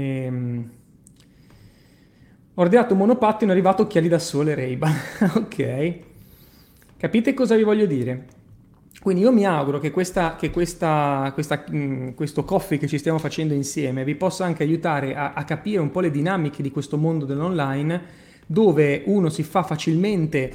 Ho ordinato un monopattino, è arrivato occhiali da sole Ray-Ban. Ok. Capite cosa vi voglio dire? Quindi io mi auguro che questo coffee che ci stiamo facendo insieme vi possa anche aiutare a capire un po' le dinamiche di questo mondo dell'online, dove uno si fa facilmente,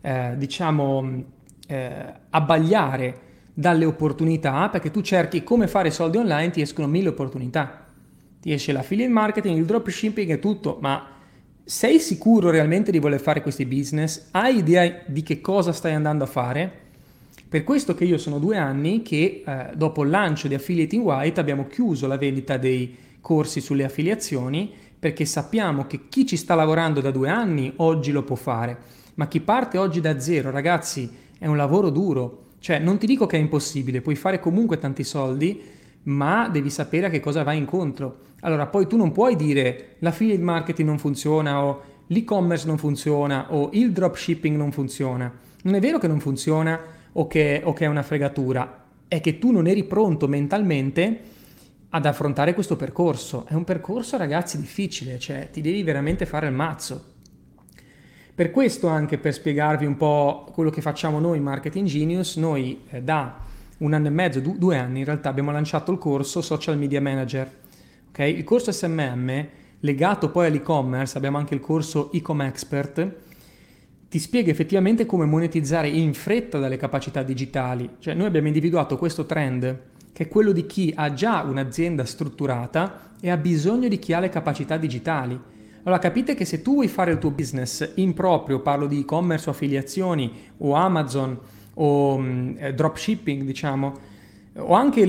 abbagliare dalle opportunità, perché tu cerchi come fare soldi online, ti escono 1000 opportunità. Ti esce l'affiliate marketing, il dropshipping e tutto, ma sei sicuro realmente di voler fare questi business? Hai idea di che cosa stai andando a fare? Per questo che io sono 2 anni che dopo il lancio di Affiliate in White abbiamo chiuso la vendita dei corsi sulle affiliazioni, perché sappiamo che chi ci sta lavorando da 2 anni oggi lo può fare, ma chi parte oggi da zero, ragazzi, è un lavoro duro. Cioè, non ti dico che è impossibile, puoi fare comunque tanti soldi, ma devi sapere a che cosa vai incontro. Allora, poi tu non puoi dire l'affiliate marketing non funziona, o l'e-commerce non funziona, o il dropshipping non funziona. Non è vero che non funziona o che è una fregatura, è che tu non eri pronto mentalmente ad affrontare questo percorso. È un percorso, ragazzi, difficile, cioè ti devi veramente fare il mazzo. Per questo, anche per spiegarvi un po' quello che facciamo noi in Marketing Genius, noi da 1 anno e mezzo, 2 anni in realtà, abbiamo lanciato il corso Social Media Manager. Okay? Il corso SMM, legato poi all'e-commerce, abbiamo anche il corso Ecom Expert, ti spiega effettivamente come monetizzare in fretta dalle capacità digitali. Cioè noi abbiamo individuato questo trend, che è quello di chi ha già un'azienda strutturata e ha bisogno di chi ha le capacità digitali. Allora capite che se tu vuoi fare il tuo business in proprio, parlo di e-commerce o affiliazioni o Amazon o dropshipping, diciamo, o anche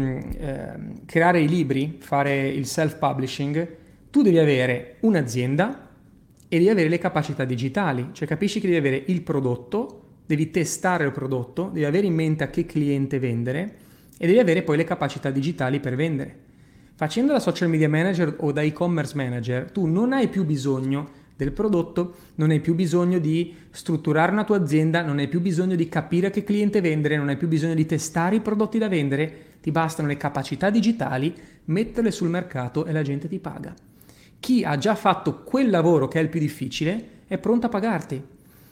creare i libri, fare il self-publishing, tu devi avere un'azienda e devi avere le capacità digitali. Cioè capisci che devi avere il prodotto, devi testare il prodotto, devi avere in mente a che cliente vendere e devi avere poi le capacità digitali per vendere. Facendo da social media manager o da e-commerce manager, tu non hai più bisogno del prodotto, non hai più bisogno di strutturare una tua azienda, non hai più bisogno di capire a che cliente vendere, non hai più bisogno di testare i prodotti da vendere, ti bastano le capacità digitali, metterle sul mercato e la gente ti paga. Chi ha già fatto quel lavoro che è il più difficile è pronto a pagarti.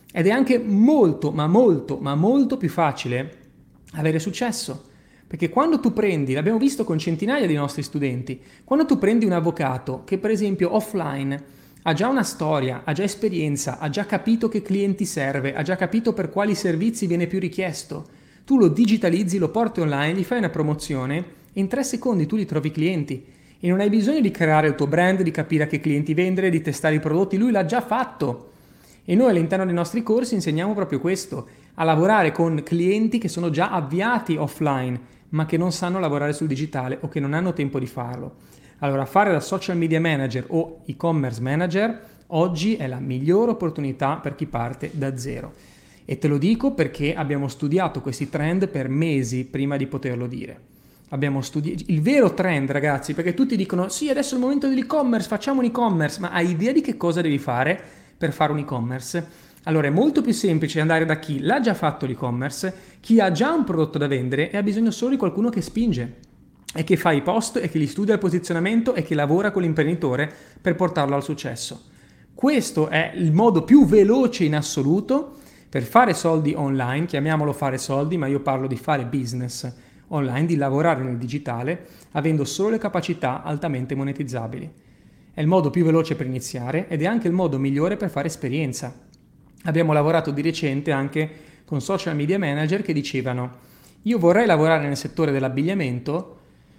Ed è anche molto, ma molto, ma molto più facile avere successo. Perché quando tu prendi, l'abbiamo visto con centinaia di nostri studenti, quando tu prendi un avvocato che per esempio offline ha già una storia, ha già esperienza, ha già capito che clienti serve, ha già capito per quali servizi viene più richiesto, tu lo digitalizzi, lo porti online, gli fai una promozione e in 3 secondi tu gli trovi clienti e non hai bisogno di creare il tuo brand, di capire a che clienti vendere, di testare i prodotti, lui l'ha già fatto. E noi all'interno dei nostri corsi insegniamo proprio questo, a lavorare con clienti che sono già avviati offline, ma che non sanno lavorare sul digitale o che non hanno tempo di farlo. Allora, fare da social media manager o e-commerce manager oggi è la migliore opportunità per chi parte da zero. E te lo dico perché abbiamo studiato questi trend per mesi prima di poterlo dire. Abbiamo studiato il vero trend, ragazzi, perché tutti dicono sì, adesso è il momento dell'e-commerce, facciamo un e-commerce, ma hai idea di che cosa devi fare per fare un e-commerce? Allora è molto più semplice andare da chi l'ha già fatto l'e-commerce, chi ha già un prodotto da vendere e ha bisogno solo di qualcuno che spinge e che fa i post e che gli studia il posizionamento e che lavora con l'imprenditore per portarlo al successo. Questo è il modo più veloce in assoluto per fare soldi online, chiamiamolo fare soldi, ma io parlo di fare business online, di lavorare nel digitale, avendo solo le capacità altamente monetizzabili. È il modo più veloce per iniziare ed è anche il modo migliore per fare esperienza. Abbiamo lavorato di recente anche con social media manager che dicevano io vorrei lavorare nel settore dell'abbigliamento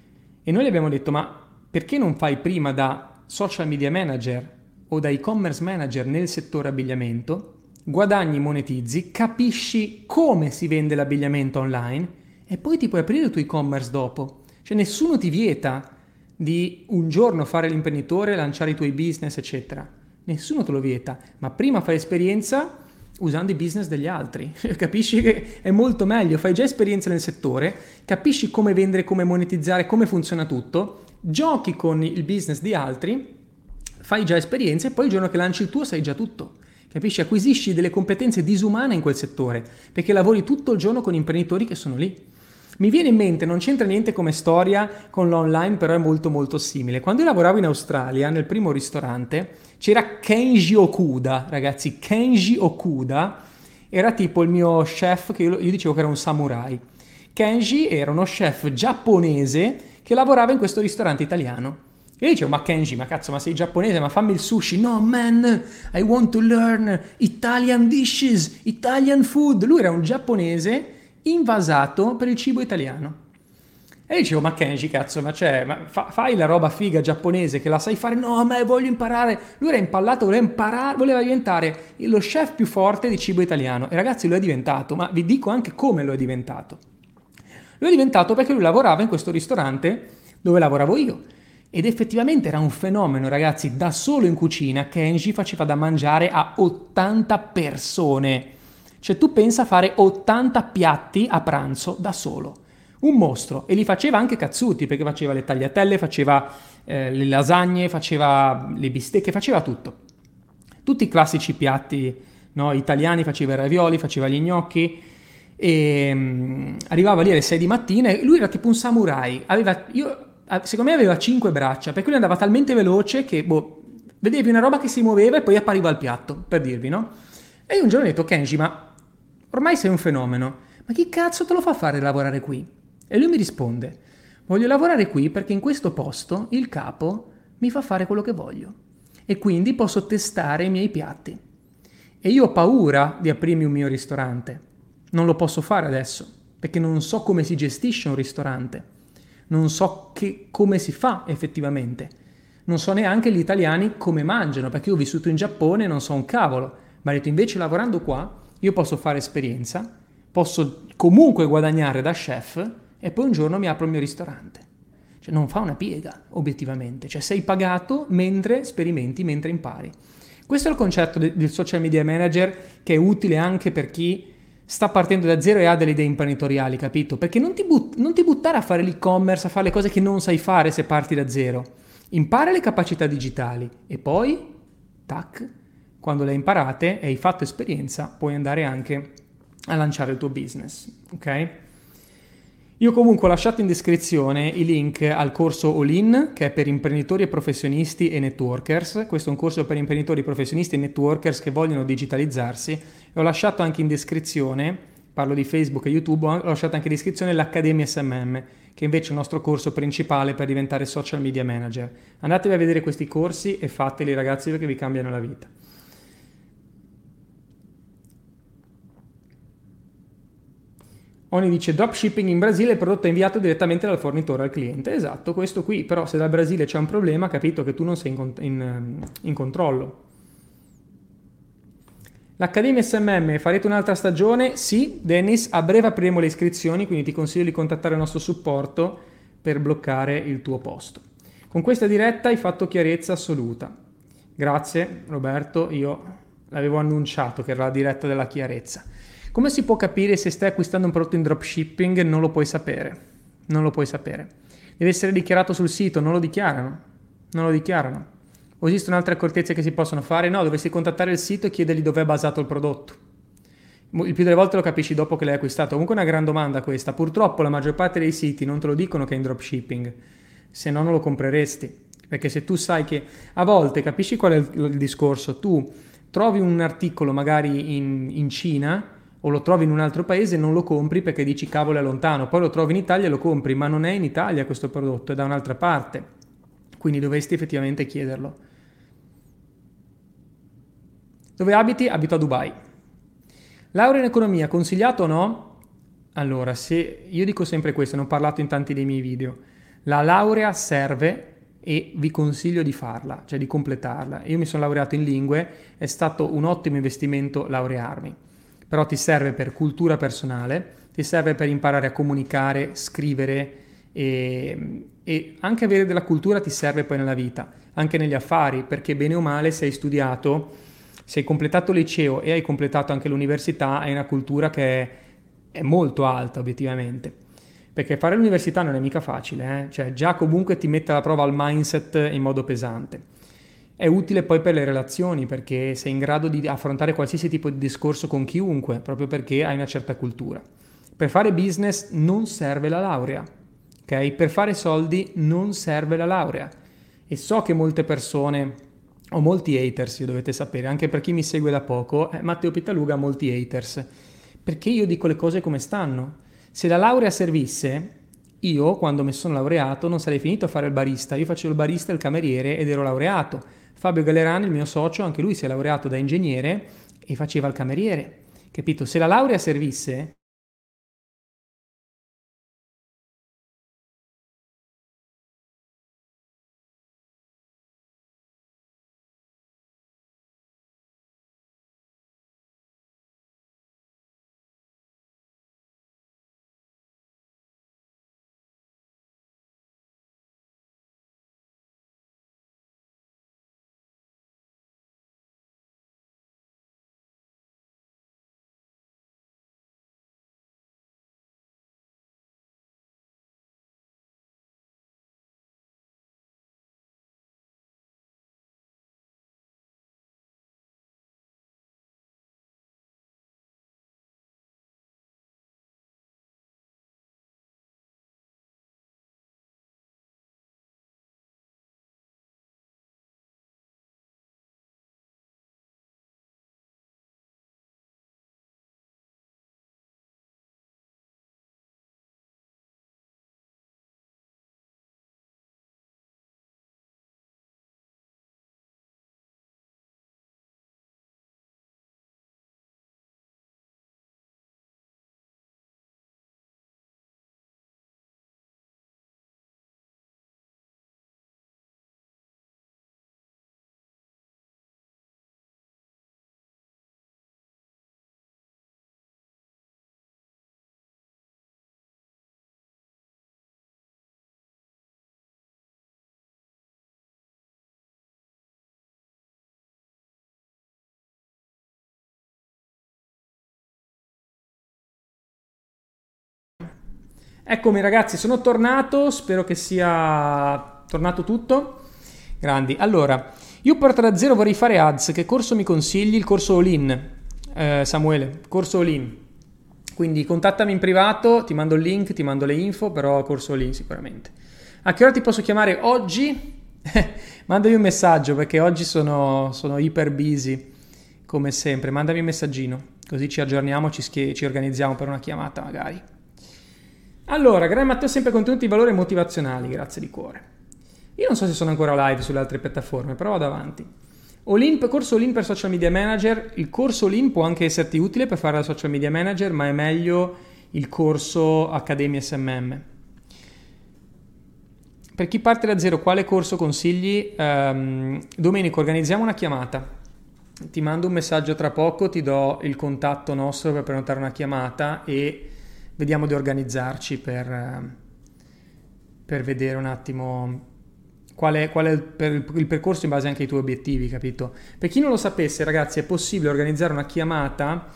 e noi gli abbiamo detto ma perché non fai prima da social media manager o da e-commerce manager nel settore abbigliamento, guadagni, monetizzi, capisci come si vende l'abbigliamento online e poi ti puoi aprire il tuo e-commerce dopo. Cioè nessuno ti vieta di un giorno fare l'imprenditore, lanciare i tuoi business, eccetera. Nessuno te lo vieta, ma prima fai esperienza usando i business degli altri. Capisci che è molto meglio, fai già esperienza nel settore, capisci come vendere, come monetizzare, come funziona tutto, giochi con il business di altri, fai già esperienza e poi il giorno che lanci il tuo sai già tutto. Capisci? Acquisisci delle competenze disumane in quel settore, perché lavori tutto il giorno con imprenditori che sono lì. Mi viene in mente, non c'entra niente come storia con l'online, però è molto molto simile. Quando io lavoravo in Australia, nel primo ristorante, c'era Kenji Okuda, ragazzi, Kenji Okuda era tipo il mio chef, che io dicevo che era un samurai. Kenji era uno chef giapponese che lavorava in questo ristorante italiano. E io dicevo, ma Kenji, ma cazzo, ma sei giapponese, ma fammi il sushi. No, man, I want to learn Italian dishes, Italian food. Lui era un giapponese invasato per il cibo italiano. E io dicevo, ma Kenji, cazzo, fai la roba figa giapponese che la sai fare? No, ma voglio imparare. Lui era impallato, voleva imparare, voleva diventare lo chef più forte di cibo italiano. E ragazzi, lo è diventato, ma vi dico anche come lo è diventato. Lo è diventato perché lui lavorava in questo ristorante dove lavoravo io. Ed effettivamente era un fenomeno, ragazzi, da solo in cucina Kenji faceva da mangiare a 80 persone. Cioè tu pensa a fare 80 piatti a pranzo da solo. Un mostro. E li faceva anche cazzuti, perché faceva le tagliatelle, faceva le lasagne, faceva le bistecche, faceva tutto. Tutti i classici piatti, no, italiani, faceva i ravioli, faceva gli gnocchi. E arrivava lì alle 6 di mattina e lui era tipo un samurai. Secondo me aveva 5 braccia, perché lui andava talmente veloce che vedevi una roba che si muoveva e poi appariva al piatto, per dirvi, no? E io un giorno ho detto, Kenji, ma ormai sei un fenomeno, ma chi cazzo te lo fa fare lavorare qui? E lui mi risponde, voglio lavorare qui perché in questo posto il capo mi fa fare quello che voglio e quindi posso testare i miei piatti. E io ho paura di aprirmi un mio ristorante, non lo posso fare adesso, perché non so come si gestisce un ristorante. Non so come si fa effettivamente. Non so neanche gli italiani come mangiano, perché io ho vissuto in Giappone e non so un cavolo. Ma ho detto, invece lavorando qua, io posso fare esperienza, posso comunque guadagnare da chef e poi un giorno mi apro il mio ristorante. Cioè non fa una piega, obiettivamente. Cioè sei pagato mentre sperimenti, mentre impari. Questo è il concetto del social media manager che è utile anche per chi sta partendo da zero e ha delle idee imprenditoriali, capito? Perché non ti buttare a fare l'e-commerce, a fare le cose che non sai fare se parti da zero. Impara le capacità digitali e poi, tac, quando le hai imparate e hai fatto esperienza, puoi andare anche a lanciare il tuo business, ok? Io comunque ho lasciato in descrizione i link al corso All-in, che è per imprenditori e professionisti e networkers. Questo è un corso per imprenditori, professionisti e networkers che vogliono digitalizzarsi. E ho lasciato anche in descrizione, parlo di Facebook e YouTube, ho lasciato anche in descrizione l'Accademia SMM, che invece è il nostro corso principale per diventare social media manager. Andatevi a vedere questi corsi e fateli, ragazzi, perché vi cambiano la vita. Oni dice dropshipping in Brasile, il prodotto è inviato direttamente dal fornitore al cliente. Esatto, questo qui, però se dal Brasile c'è un problema, capito che tu non sei in controllo. L'Accademia SMM, farete un'altra stagione? Sì, Dennis, a breve apriremo le iscrizioni, quindi ti consiglio di contattare il nostro supporto per bloccare il tuo posto. Con questa diretta hai fatto chiarezza assoluta. Grazie Roberto, io l'avevo annunciato che era la diretta della chiarezza. Come si può capire se stai acquistando un prodotto in dropshipping? Non lo puoi sapere. Non lo puoi sapere. Deve essere dichiarato sul sito, non lo dichiarano. Non lo dichiarano. O esistono altre accortezze che si possono fare? No, dovresti contattare il sito e chiedergli dove è basato il prodotto. Il più delle volte lo capisci dopo che l'hai acquistato. Comunque è una gran domanda questa. Purtroppo la maggior parte dei siti non te lo dicono che è in dropshipping, se no non lo compreresti. Perché se tu sai che a volte, capisci qual è il discorso? Tu trovi un articolo magari in Cina o lo trovi in un altro paese e non lo compri perché dici cavolo è lontano, poi lo trovi in Italia e lo compri, ma non è in Italia questo prodotto, è da un'altra parte. Quindi dovresti effettivamente chiederlo. Dove abiti? Abito a Dubai. Laurea in economia, consigliato o no? Allora, se io dico sempre questo, ne ho parlato in tanti dei miei video. La laurea serve e vi consiglio di farla, cioè di completarla. Io mi sono laureato in lingue, è stato un ottimo investimento laurearmi, però ti serve per cultura personale, ti serve per imparare a comunicare, scrivere e anche avere della cultura ti serve poi nella vita, anche negli affari, perché bene o male se hai studiato, se hai completato il liceo e hai completato anche l'università, hai una cultura che è molto alta obiettivamente. Perché fare l'università non è mica facile, cioè già comunque ti mette alla prova il mindset in modo pesante. È utile poi per le relazioni perché sei in grado di affrontare qualsiasi tipo di discorso con chiunque, proprio perché hai una certa cultura. Per fare business non serve la laurea, ok? Per fare soldi non serve la laurea. E so che molte persone, ho molti haters, dovete sapere, anche per chi mi segue da poco, Matteo Pittaluga ha molti haters, perché io dico le cose come stanno. Se la laurea servisse, io quando mi sono laureato non sarei finito a fare il barista, io facevo il barista e il cameriere ed ero laureato. Fabio Gallerani, il mio socio, anche lui si è laureato da ingegnere e faceva il cameriere, capito? Se la laurea servisse, eccomi ragazzi, sono tornato, spero che sia tornato tutto. Grandi. Allora, io parto da zero, vorrei fare ads, che corso mi consigli? Il corso All-in, Samuele, corso All-in. Quindi contattami in privato, ti mando il link, ti mando le info, però corso lì sicuramente. A che ora ti posso chiamare oggi? Mandami un messaggio perché oggi sono iper busy come sempre. Mandami un messaggino così ci aggiorniamo, ci organizziamo per una chiamata magari. Allora, Grande Matteo sempre contenuti di valore motivazionali, grazie di cuore. Io non so se sono ancora live sulle altre piattaforme, però vado avanti. Corso All-in per social media manager. Il corso All-in può anche esserti utile per fare la social media manager, ma è meglio il corso Accademia SMM. Per chi parte da zero, quale corso consigli? Domenico, organizziamo una chiamata. Ti mando un messaggio tra poco, ti do il contatto nostro per prenotare una chiamata e vediamo di organizzarci per vedere un attimo qual è il percorso in base anche ai tuoi obiettivi, capito? Per chi non lo sapesse, ragazzi, è possibile organizzare una chiamata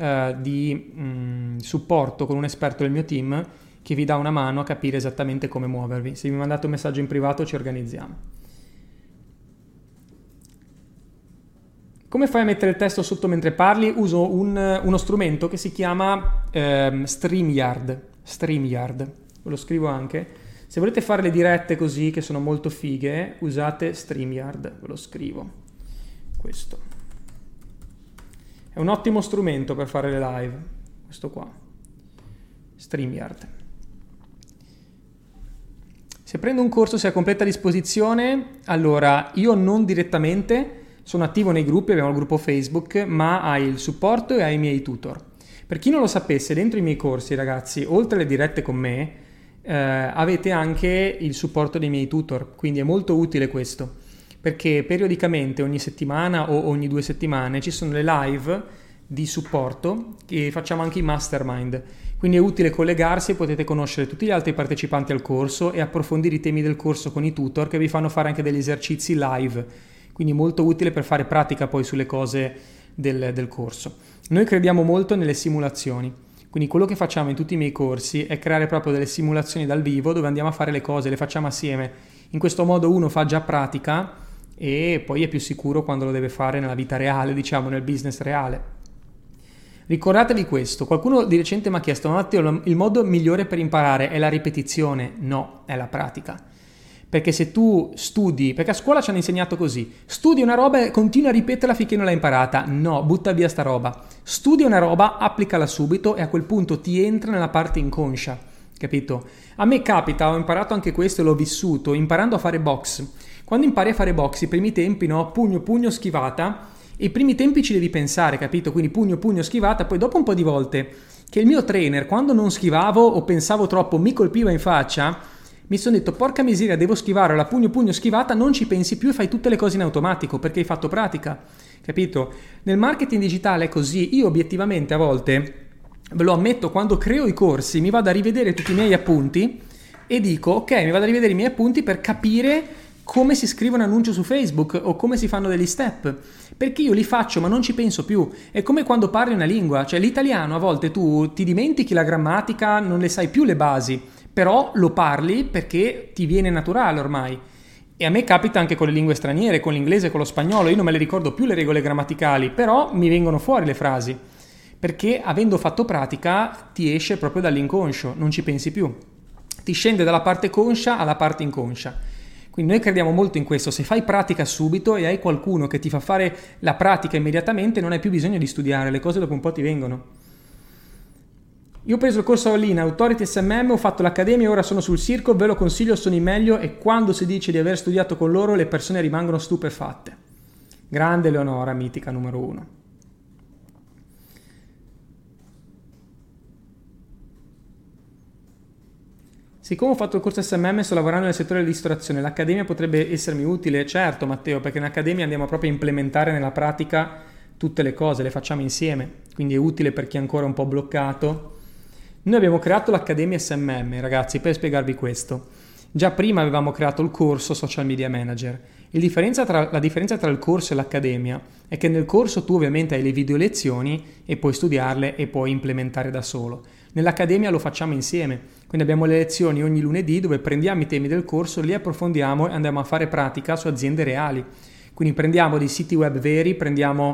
di supporto con un esperto del mio team che vi dà una mano a capire esattamente come muovervi. Se mi mandate un messaggio in privato ci organizziamo. Come fai a mettere il testo sotto mentre parli? Uso uno strumento che si chiama StreamYard. StreamYard, ve lo scrivo anche. Se volete fare le dirette così, che sono molto fighe, usate StreamYard, ve lo scrivo. Questo. È un ottimo strumento per fare le live, questo qua. StreamYard. Se prendo un corso, se è a completa disposizione, allora io non direttamente sono attivo nei gruppi, abbiamo il gruppo Facebook, ma hai il supporto e hai i miei tutor. Per chi non lo sapesse, dentro i miei corsi, ragazzi, oltre alle dirette con me, avete anche il supporto dei miei tutor, quindi è molto utile questo, perché periodicamente, ogni settimana o ogni 2 settimane, ci sono le live di supporto che facciamo anche i mastermind, quindi è utile collegarsi e potete conoscere tutti gli altri partecipanti al corso e approfondire i temi del corso con i tutor che vi fanno fare anche degli esercizi live, quindi molto utile per fare pratica poi sulle cose del corso. Noi crediamo molto nelle simulazioni, quindi quello che facciamo in tutti i miei corsi è creare proprio delle simulazioni dal vivo dove andiamo a fare le cose, le facciamo assieme. In questo modo uno fa già pratica e poi è più sicuro quando lo deve fare nella vita reale, diciamo nel business reale. Ricordatevi questo, qualcuno di recente mi ha chiesto: Matteo, il modo migliore per imparare è la ripetizione? No, è la pratica. Perché se tu studi, perché a scuola ci hanno insegnato così, studi una roba e continua a ripeterla finché non l'hai imparata. No, butta via sta roba. Studia una roba, applicala subito e a quel punto ti entra nella parte inconscia, capito? A me capita, ho imparato anche questo e l'ho vissuto, imparando a fare box. Quando impari a fare box, i primi tempi, no? Pugno, pugno, schivata, e i primi tempi ci devi pensare, capito? Quindi pugno, pugno, schivata, poi dopo un po' di volte che il mio trainer, quando non schivavo o pensavo troppo, mi colpiva in faccia, mi sono detto: porca miseria, devo schivare la pugno pugno schivata, non ci pensi più e fai tutte le cose in automatico perché hai fatto pratica, capito? Nel marketing digitale è così. Io obiettivamente a volte, ve lo ammetto, quando creo i corsi mi vado a rivedere tutti i miei appunti e dico: ok, mi vado a rivedere i miei appunti per capire come si scrive un annuncio su Facebook o come si fanno degli step, perché io li faccio ma non ci penso più. È come quando parli una lingua, cioè l'italiano a volte tu ti dimentichi la grammatica, non le sai più le basi, però lo parli perché ti viene naturale ormai. E a me capita anche con le lingue straniere, con l'inglese e con lo spagnolo. Io non me le ricordo più le regole grammaticali, però mi vengono fuori le frasi, perché avendo fatto pratica ti esce proprio dall'inconscio, non ci pensi più, ti scende dalla parte conscia alla parte inconscia. Quindi noi crediamo molto in questo: se fai pratica subito e hai qualcuno che ti fa fare la pratica immediatamente, non hai più bisogno di studiare, le cose dopo un po' ti vengono. Io ho preso il corso All-in, Authority SMM, ho fatto l'accademia e ora sono sul circo, ve lo consiglio, sono i meglio e quando si dice di aver studiato con loro le persone rimangono stupefatte. Grande Leonora, mitica numero 1. Siccome ho fatto il corso SMM e sto lavorando nel settore della ristorazione, l'accademia potrebbe essermi utile? Certo Matteo, perché in accademia andiamo proprio a implementare nella pratica tutte le cose, le facciamo insieme, quindi è utile per chi è ancora un po' bloccato. Noi abbiamo creato l'Accademia SMM, ragazzi, per spiegarvi questo. Già prima avevamo creato il corso Social Media Manager. La differenza tra il corso e l'Accademia è che nel corso tu ovviamente hai le video lezioni e puoi studiarle e puoi implementare da solo. Nell'Accademia lo facciamo insieme, quindi abbiamo le lezioni ogni lunedì dove prendiamo i temi del corso, li approfondiamo e andiamo a fare pratica su aziende reali. Quindi prendiamo dei siti web veri, prendiamo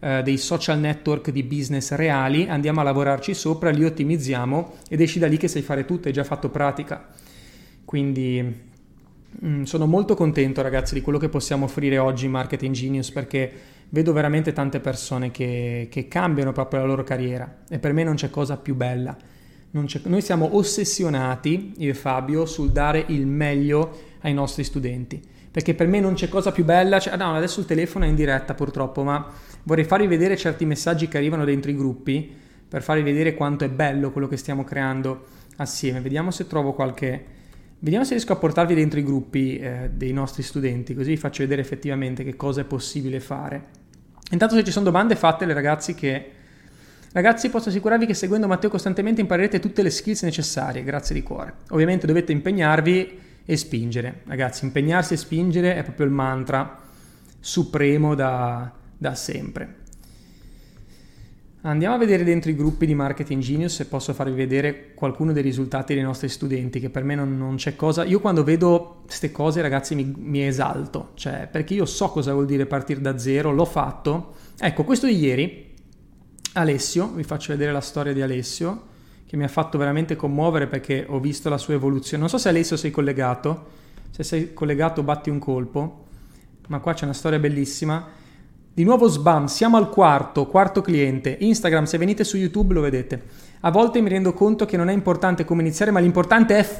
dei social network di business reali, andiamo a lavorarci sopra, li ottimizziamo ed esci da lì che sai fare tutto, hai già fatto pratica. Quindi sono molto contento, ragazzi, di quello che possiamo offrire oggi in Marketing Genius, perché vedo veramente tante persone che cambiano proprio la loro carriera e per me non c'è cosa più bella. Noi siamo ossessionati, io e Fabio, sul dare il meglio ai nostri studenti, perché per me non c'è cosa più bella. No, adesso il telefono è in diretta purtroppo, ma vorrei farvi vedere certi messaggi che arrivano dentro i gruppi per farvi vedere quanto è bello quello che stiamo creando assieme. Vediamo se riesco a portarvi dentro i gruppi dei nostri studenti, così vi faccio vedere effettivamente che cosa è possibile fare. Intanto, se ci sono domande, fatele, ragazzi, Ragazzi, posso assicurarvi che seguendo Matteo costantemente imparerete tutte le skills necessarie, grazie di cuore. Ovviamente dovete impegnarvi e spingere, ragazzi, impegnarsi e spingere è proprio il mantra supremo da sempre. Andiamo a vedere dentro i gruppi di Marketing Genius se posso farvi vedere qualcuno dei risultati dei nostri studenti, che per me non c'è cosa. Io quando vedo queste cose, ragazzi, mi esalto, cioè, perché io so cosa vuol dire partire da zero, l'ho fatto. Ecco, questo di ieri, Alessio, vi faccio vedere la storia di Alessio, che mi ha fatto veramente commuovere perché ho visto la sua evoluzione. Non so se Alessio sei collegato, se sei collegato batti un colpo, ma qua c'è una storia bellissima. Di nuovo sbam, siamo al quarto cliente. Instagram, se venite su YouTube lo vedete. A volte mi rendo conto che non è importante come iniziare, ma l'importante è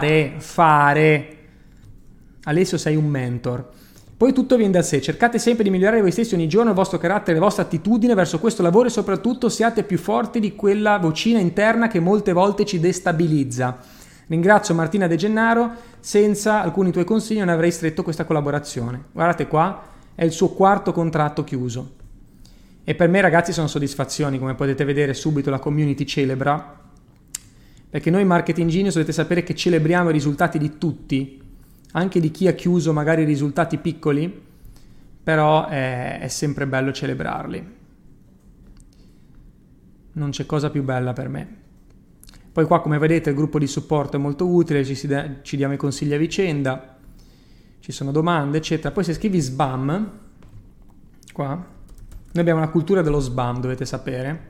fare. Alessio, sei un mentor. Poi tutto viene da sé, cercate sempre di migliorare voi stessi ogni giorno, il vostro carattere, la vostra attitudine verso questo lavoro e soprattutto siate più forti di quella vocina interna che molte volte ci destabilizza. Ringrazio Martina De Gennaro, senza alcuni tuoi consigli non avrei stretto questa collaborazione. Guardate qua, è il suo quarto contratto chiuso. E per me, ragazzi, sono soddisfazioni, come potete vedere subito la community celebra, perché noi Marketing Genius dovete sapere che celebriamo i risultati di tutti, anche di chi ha chiuso magari risultati piccoli, però è sempre bello celebrarli. Non c'è cosa più bella per me. Poi qua, come vedete, il gruppo di supporto è molto utile, ci diamo i consigli a vicenda, ci sono domande, eccetera. Poi se scrivi SBAM, qua, noi abbiamo una cultura dello SBAM, dovete sapere.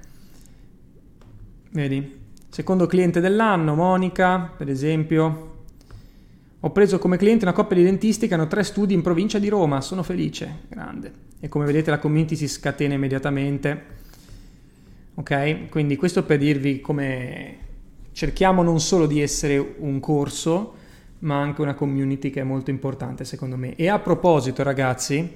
Vedi? Secondo cliente dell'anno, Monica, per esempio. Ho preso come cliente una coppia di dentisti che hanno 3 studi in provincia di Roma, sono felice, grande. E come vedete la community si scatena immediatamente. Ok? Quindi questo per dirvi come cerchiamo non solo di essere un corso, ma anche una community che è molto importante secondo me. E a proposito, ragazzi,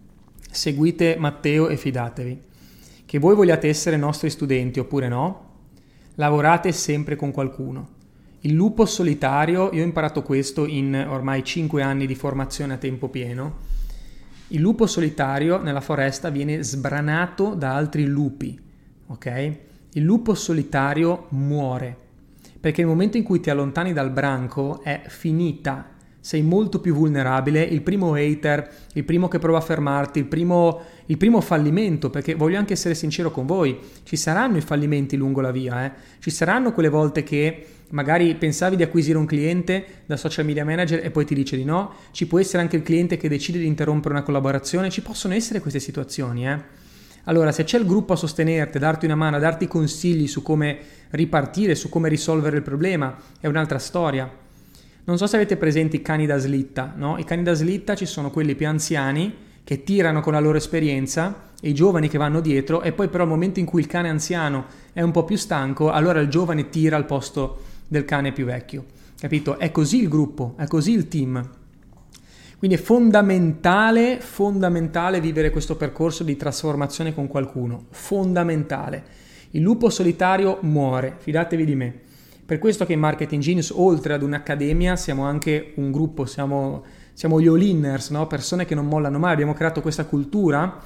seguite Matteo e fidatevi. Che voi vogliate essere nostri studenti oppure no, lavorate sempre con qualcuno. Il lupo solitario, io ho imparato questo in ormai 5 anni di formazione a tempo pieno. Il lupo solitario nella foresta viene sbranato da altri lupi, ok? Il lupo solitario muore, perché nel momento in cui ti allontani dal branco è finita, sei molto più vulnerabile, il primo hater, il primo che prova a fermarti, il primo fallimento, perché voglio anche essere sincero con voi, ci saranno i fallimenti lungo la via, ci saranno quelle volte che magari pensavi di acquisire un cliente da social media manager e poi ti dice di no, ci può essere anche il cliente che decide di interrompere una collaborazione, ci possono essere queste situazioni, Allora, se c'è il gruppo a sostenerti, a darti una mano, a darti consigli su come ripartire, su come risolvere il problema, è un'altra storia. Non so se avete presenti i cani da slitta, no? I cani da slitta ci sono quelli più anziani che tirano con la loro esperienza e i giovani che vanno dietro, e poi però al momento in cui il cane anziano è un po' più stanco, allora il giovane tira al posto del cane più vecchio. Capito? È così il gruppo, è così il team. Quindi è fondamentale vivere questo percorso di trasformazione con qualcuno. Fondamentale. Il lupo solitario muore, fidatevi di me. Per questo che in Marketing Genius, oltre ad un'accademia, siamo anche un gruppo, siamo gli all-inners, no? Persone che non mollano mai, abbiamo creato questa cultura.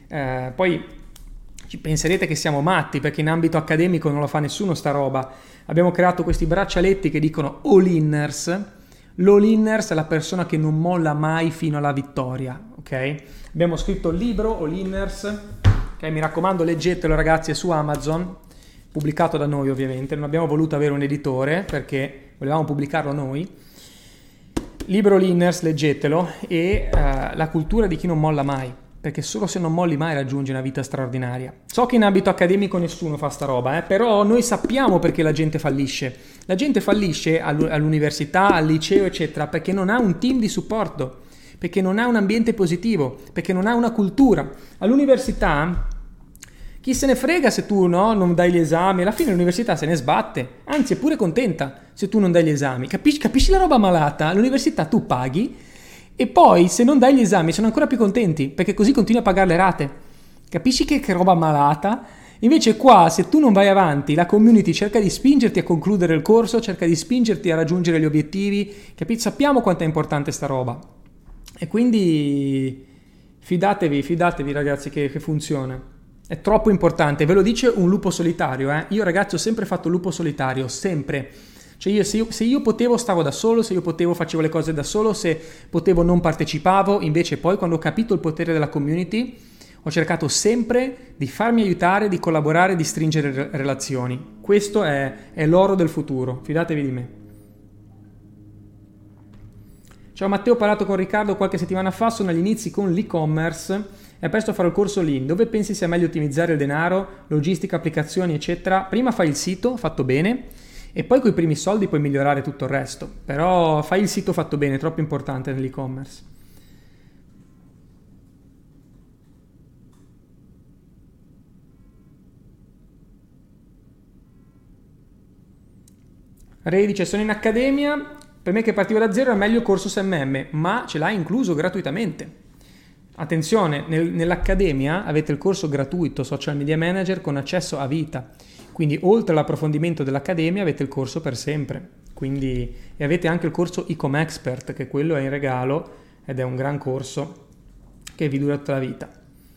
Poi ci penserete che siamo matti, perché in ambito accademico non lo fa nessuno sta roba. Abbiamo creato questi braccialetti che dicono all-inners. L'all-inners è la persona che non molla mai fino alla vittoria, ok? Abbiamo scritto il libro all-inners, che mi raccomando leggetelo, ragazzi, è su Amazon, pubblicato da noi ovviamente, non abbiamo voluto avere un editore perché volevamo pubblicarlo noi. Libro all-inners, leggetelo, e la cultura di chi non molla mai. perché solo se non molli mai raggiungi una vita straordinaria. So che in ambito accademico nessuno fa sta roba, però noi sappiamo perché la gente fallisce. La gente fallisce all'università, al liceo, eccetera, perché non ha un team di supporto, perché non ha un ambiente positivo, perché non ha una cultura. All'università chi se ne frega se tu non dai gli esami, alla fine l'università se ne sbatte, anzi è pure contenta se tu non dai gli esami. Capisci la roba malata? All'università tu paghi e poi se non dai gli esami sono ancora più contenti, perché così continui a pagare le rate. Capisci che roba malata? Invece qua, se tu non vai avanti, la community cerca di spingerti a concludere il corso, cerca di spingerti a raggiungere gli obiettivi. Sappiamo quanto è importante sta roba. E quindi fidatevi ragazzi che funziona. È troppo importante, ve lo dice un lupo solitario. Io ragazzi ho sempre fatto lupo solitario, sempre. Cioè se io potevo stavo da solo, se io potevo facevo le cose da solo, se potevo non partecipavo. Invece poi quando ho capito il potere della community ho cercato sempre di farmi aiutare, di collaborare, di stringere relazioni. Questo è l'oro del futuro, fidatevi di me. Ciao Matteo, ho parlato con Riccardo qualche settimana fa, sono agli inizi con l'e-commerce, è presto a fare il corso Lean. Dove pensi sia meglio ottimizzare il denaro, logistica, applicazioni eccetera? Prima fai il sito fatto bene e poi coi primi soldi puoi migliorare tutto il resto, però fai il sito fatto bene, è troppo importante nell'e-commerce. Ray dice sono in accademia, per me che partivo da zero è meglio il corso SMM, ma ce l'hai incluso gratuitamente. Attenzione, nell'accademia avete il corso gratuito Social Media Manager con accesso a vita, quindi oltre all'approfondimento dell'accademia avete il corso per sempre, quindi, e avete anche il corso Ecom Expert, che quello è in regalo ed è un gran corso che vi dura tutta la vita.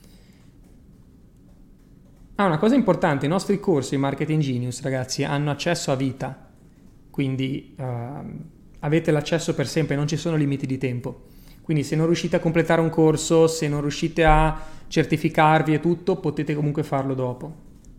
Una cosa importante, i nostri corsi Marketing Genius ragazzi hanno accesso a vita, quindi avete l'accesso per sempre, non ci sono limiti di tempo. Quindi se non riuscite a completare un corso, se non riuscite a certificarvi e tutto, potete comunque farlo dopo.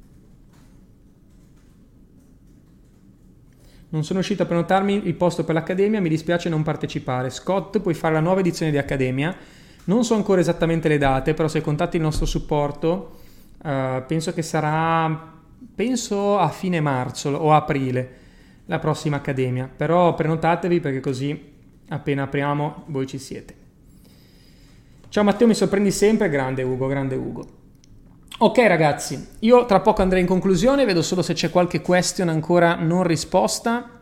Non sono riuscito a prenotarmi il posto per l'Accademia, mi dispiace non partecipare. Scott, puoi fare la nuova edizione di Accademia. Non so ancora esattamente le date, però se contatti il nostro supporto, penso che sarà a fine marzo o aprile la prossima Accademia. Però prenotatevi perché così appena apriamo voi ci siete. Ciao Matteo, mi sorprendi sempre, grande Ugo. Ok ragazzi, io tra poco andrei in conclusione, vedo solo se c'è qualche question ancora non risposta.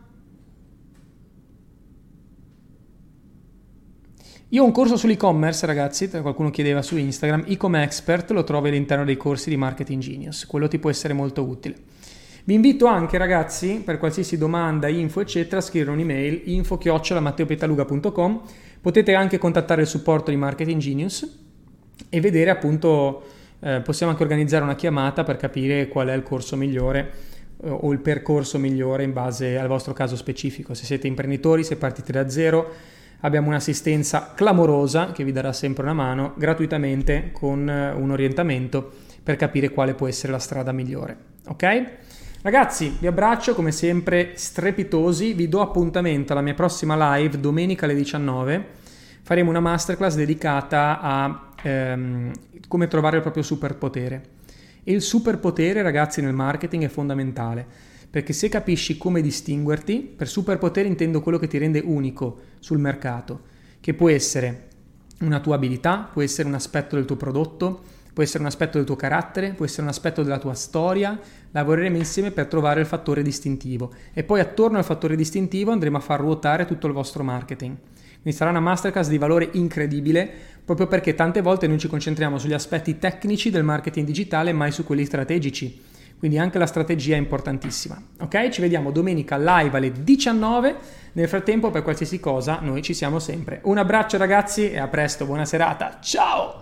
Io ho un corso sull'e-commerce ragazzi, qualcuno chiedeva su Instagram, Ecom Expert, lo trovi all'interno dei corsi di Marketing Genius, quello ti può essere molto utile. Vi invito anche ragazzi, per qualsiasi domanda, info eccetera, a scrivere un'email info@matteopetaluga.com. Potete anche contattare il supporto di Marketing Genius e vedere appunto, possiamo anche organizzare una chiamata per capire qual è il corso migliore o il percorso migliore in base al vostro caso specifico. Se siete imprenditori, se partite da zero, abbiamo un'assistenza clamorosa che vi darà sempre una mano gratuitamente con un orientamento per capire quale può essere la strada migliore. Ok? Ragazzi, vi abbraccio come sempre strepitosi, vi do appuntamento alla mia prossima live domenica alle 19. Faremo una masterclass dedicata a come trovare il proprio superpotere. E il superpotere, ragazzi, nel marketing è fondamentale, perché se capisci come distinguerti, per superpotere intendo quello che ti rende unico sul mercato, che può essere una tua abilità, può essere un aspetto del tuo prodotto, può essere un aspetto del tuo carattere, può essere un aspetto della tua storia. Lavoreremo insieme per trovare il fattore distintivo e poi attorno al fattore distintivo andremo a far ruotare tutto il vostro marketing. Quindi sarà una masterclass di valore incredibile, proprio perché tante volte noi ci concentriamo sugli aspetti tecnici del marketing digitale, mai su quelli strategici. Quindi anche la strategia è importantissima. Ok? Ci vediamo domenica live alle 19. Nel frattempo, per qualsiasi cosa, noi ci siamo sempre. Un abbraccio ragazzi e a presto, buona serata. Ciao!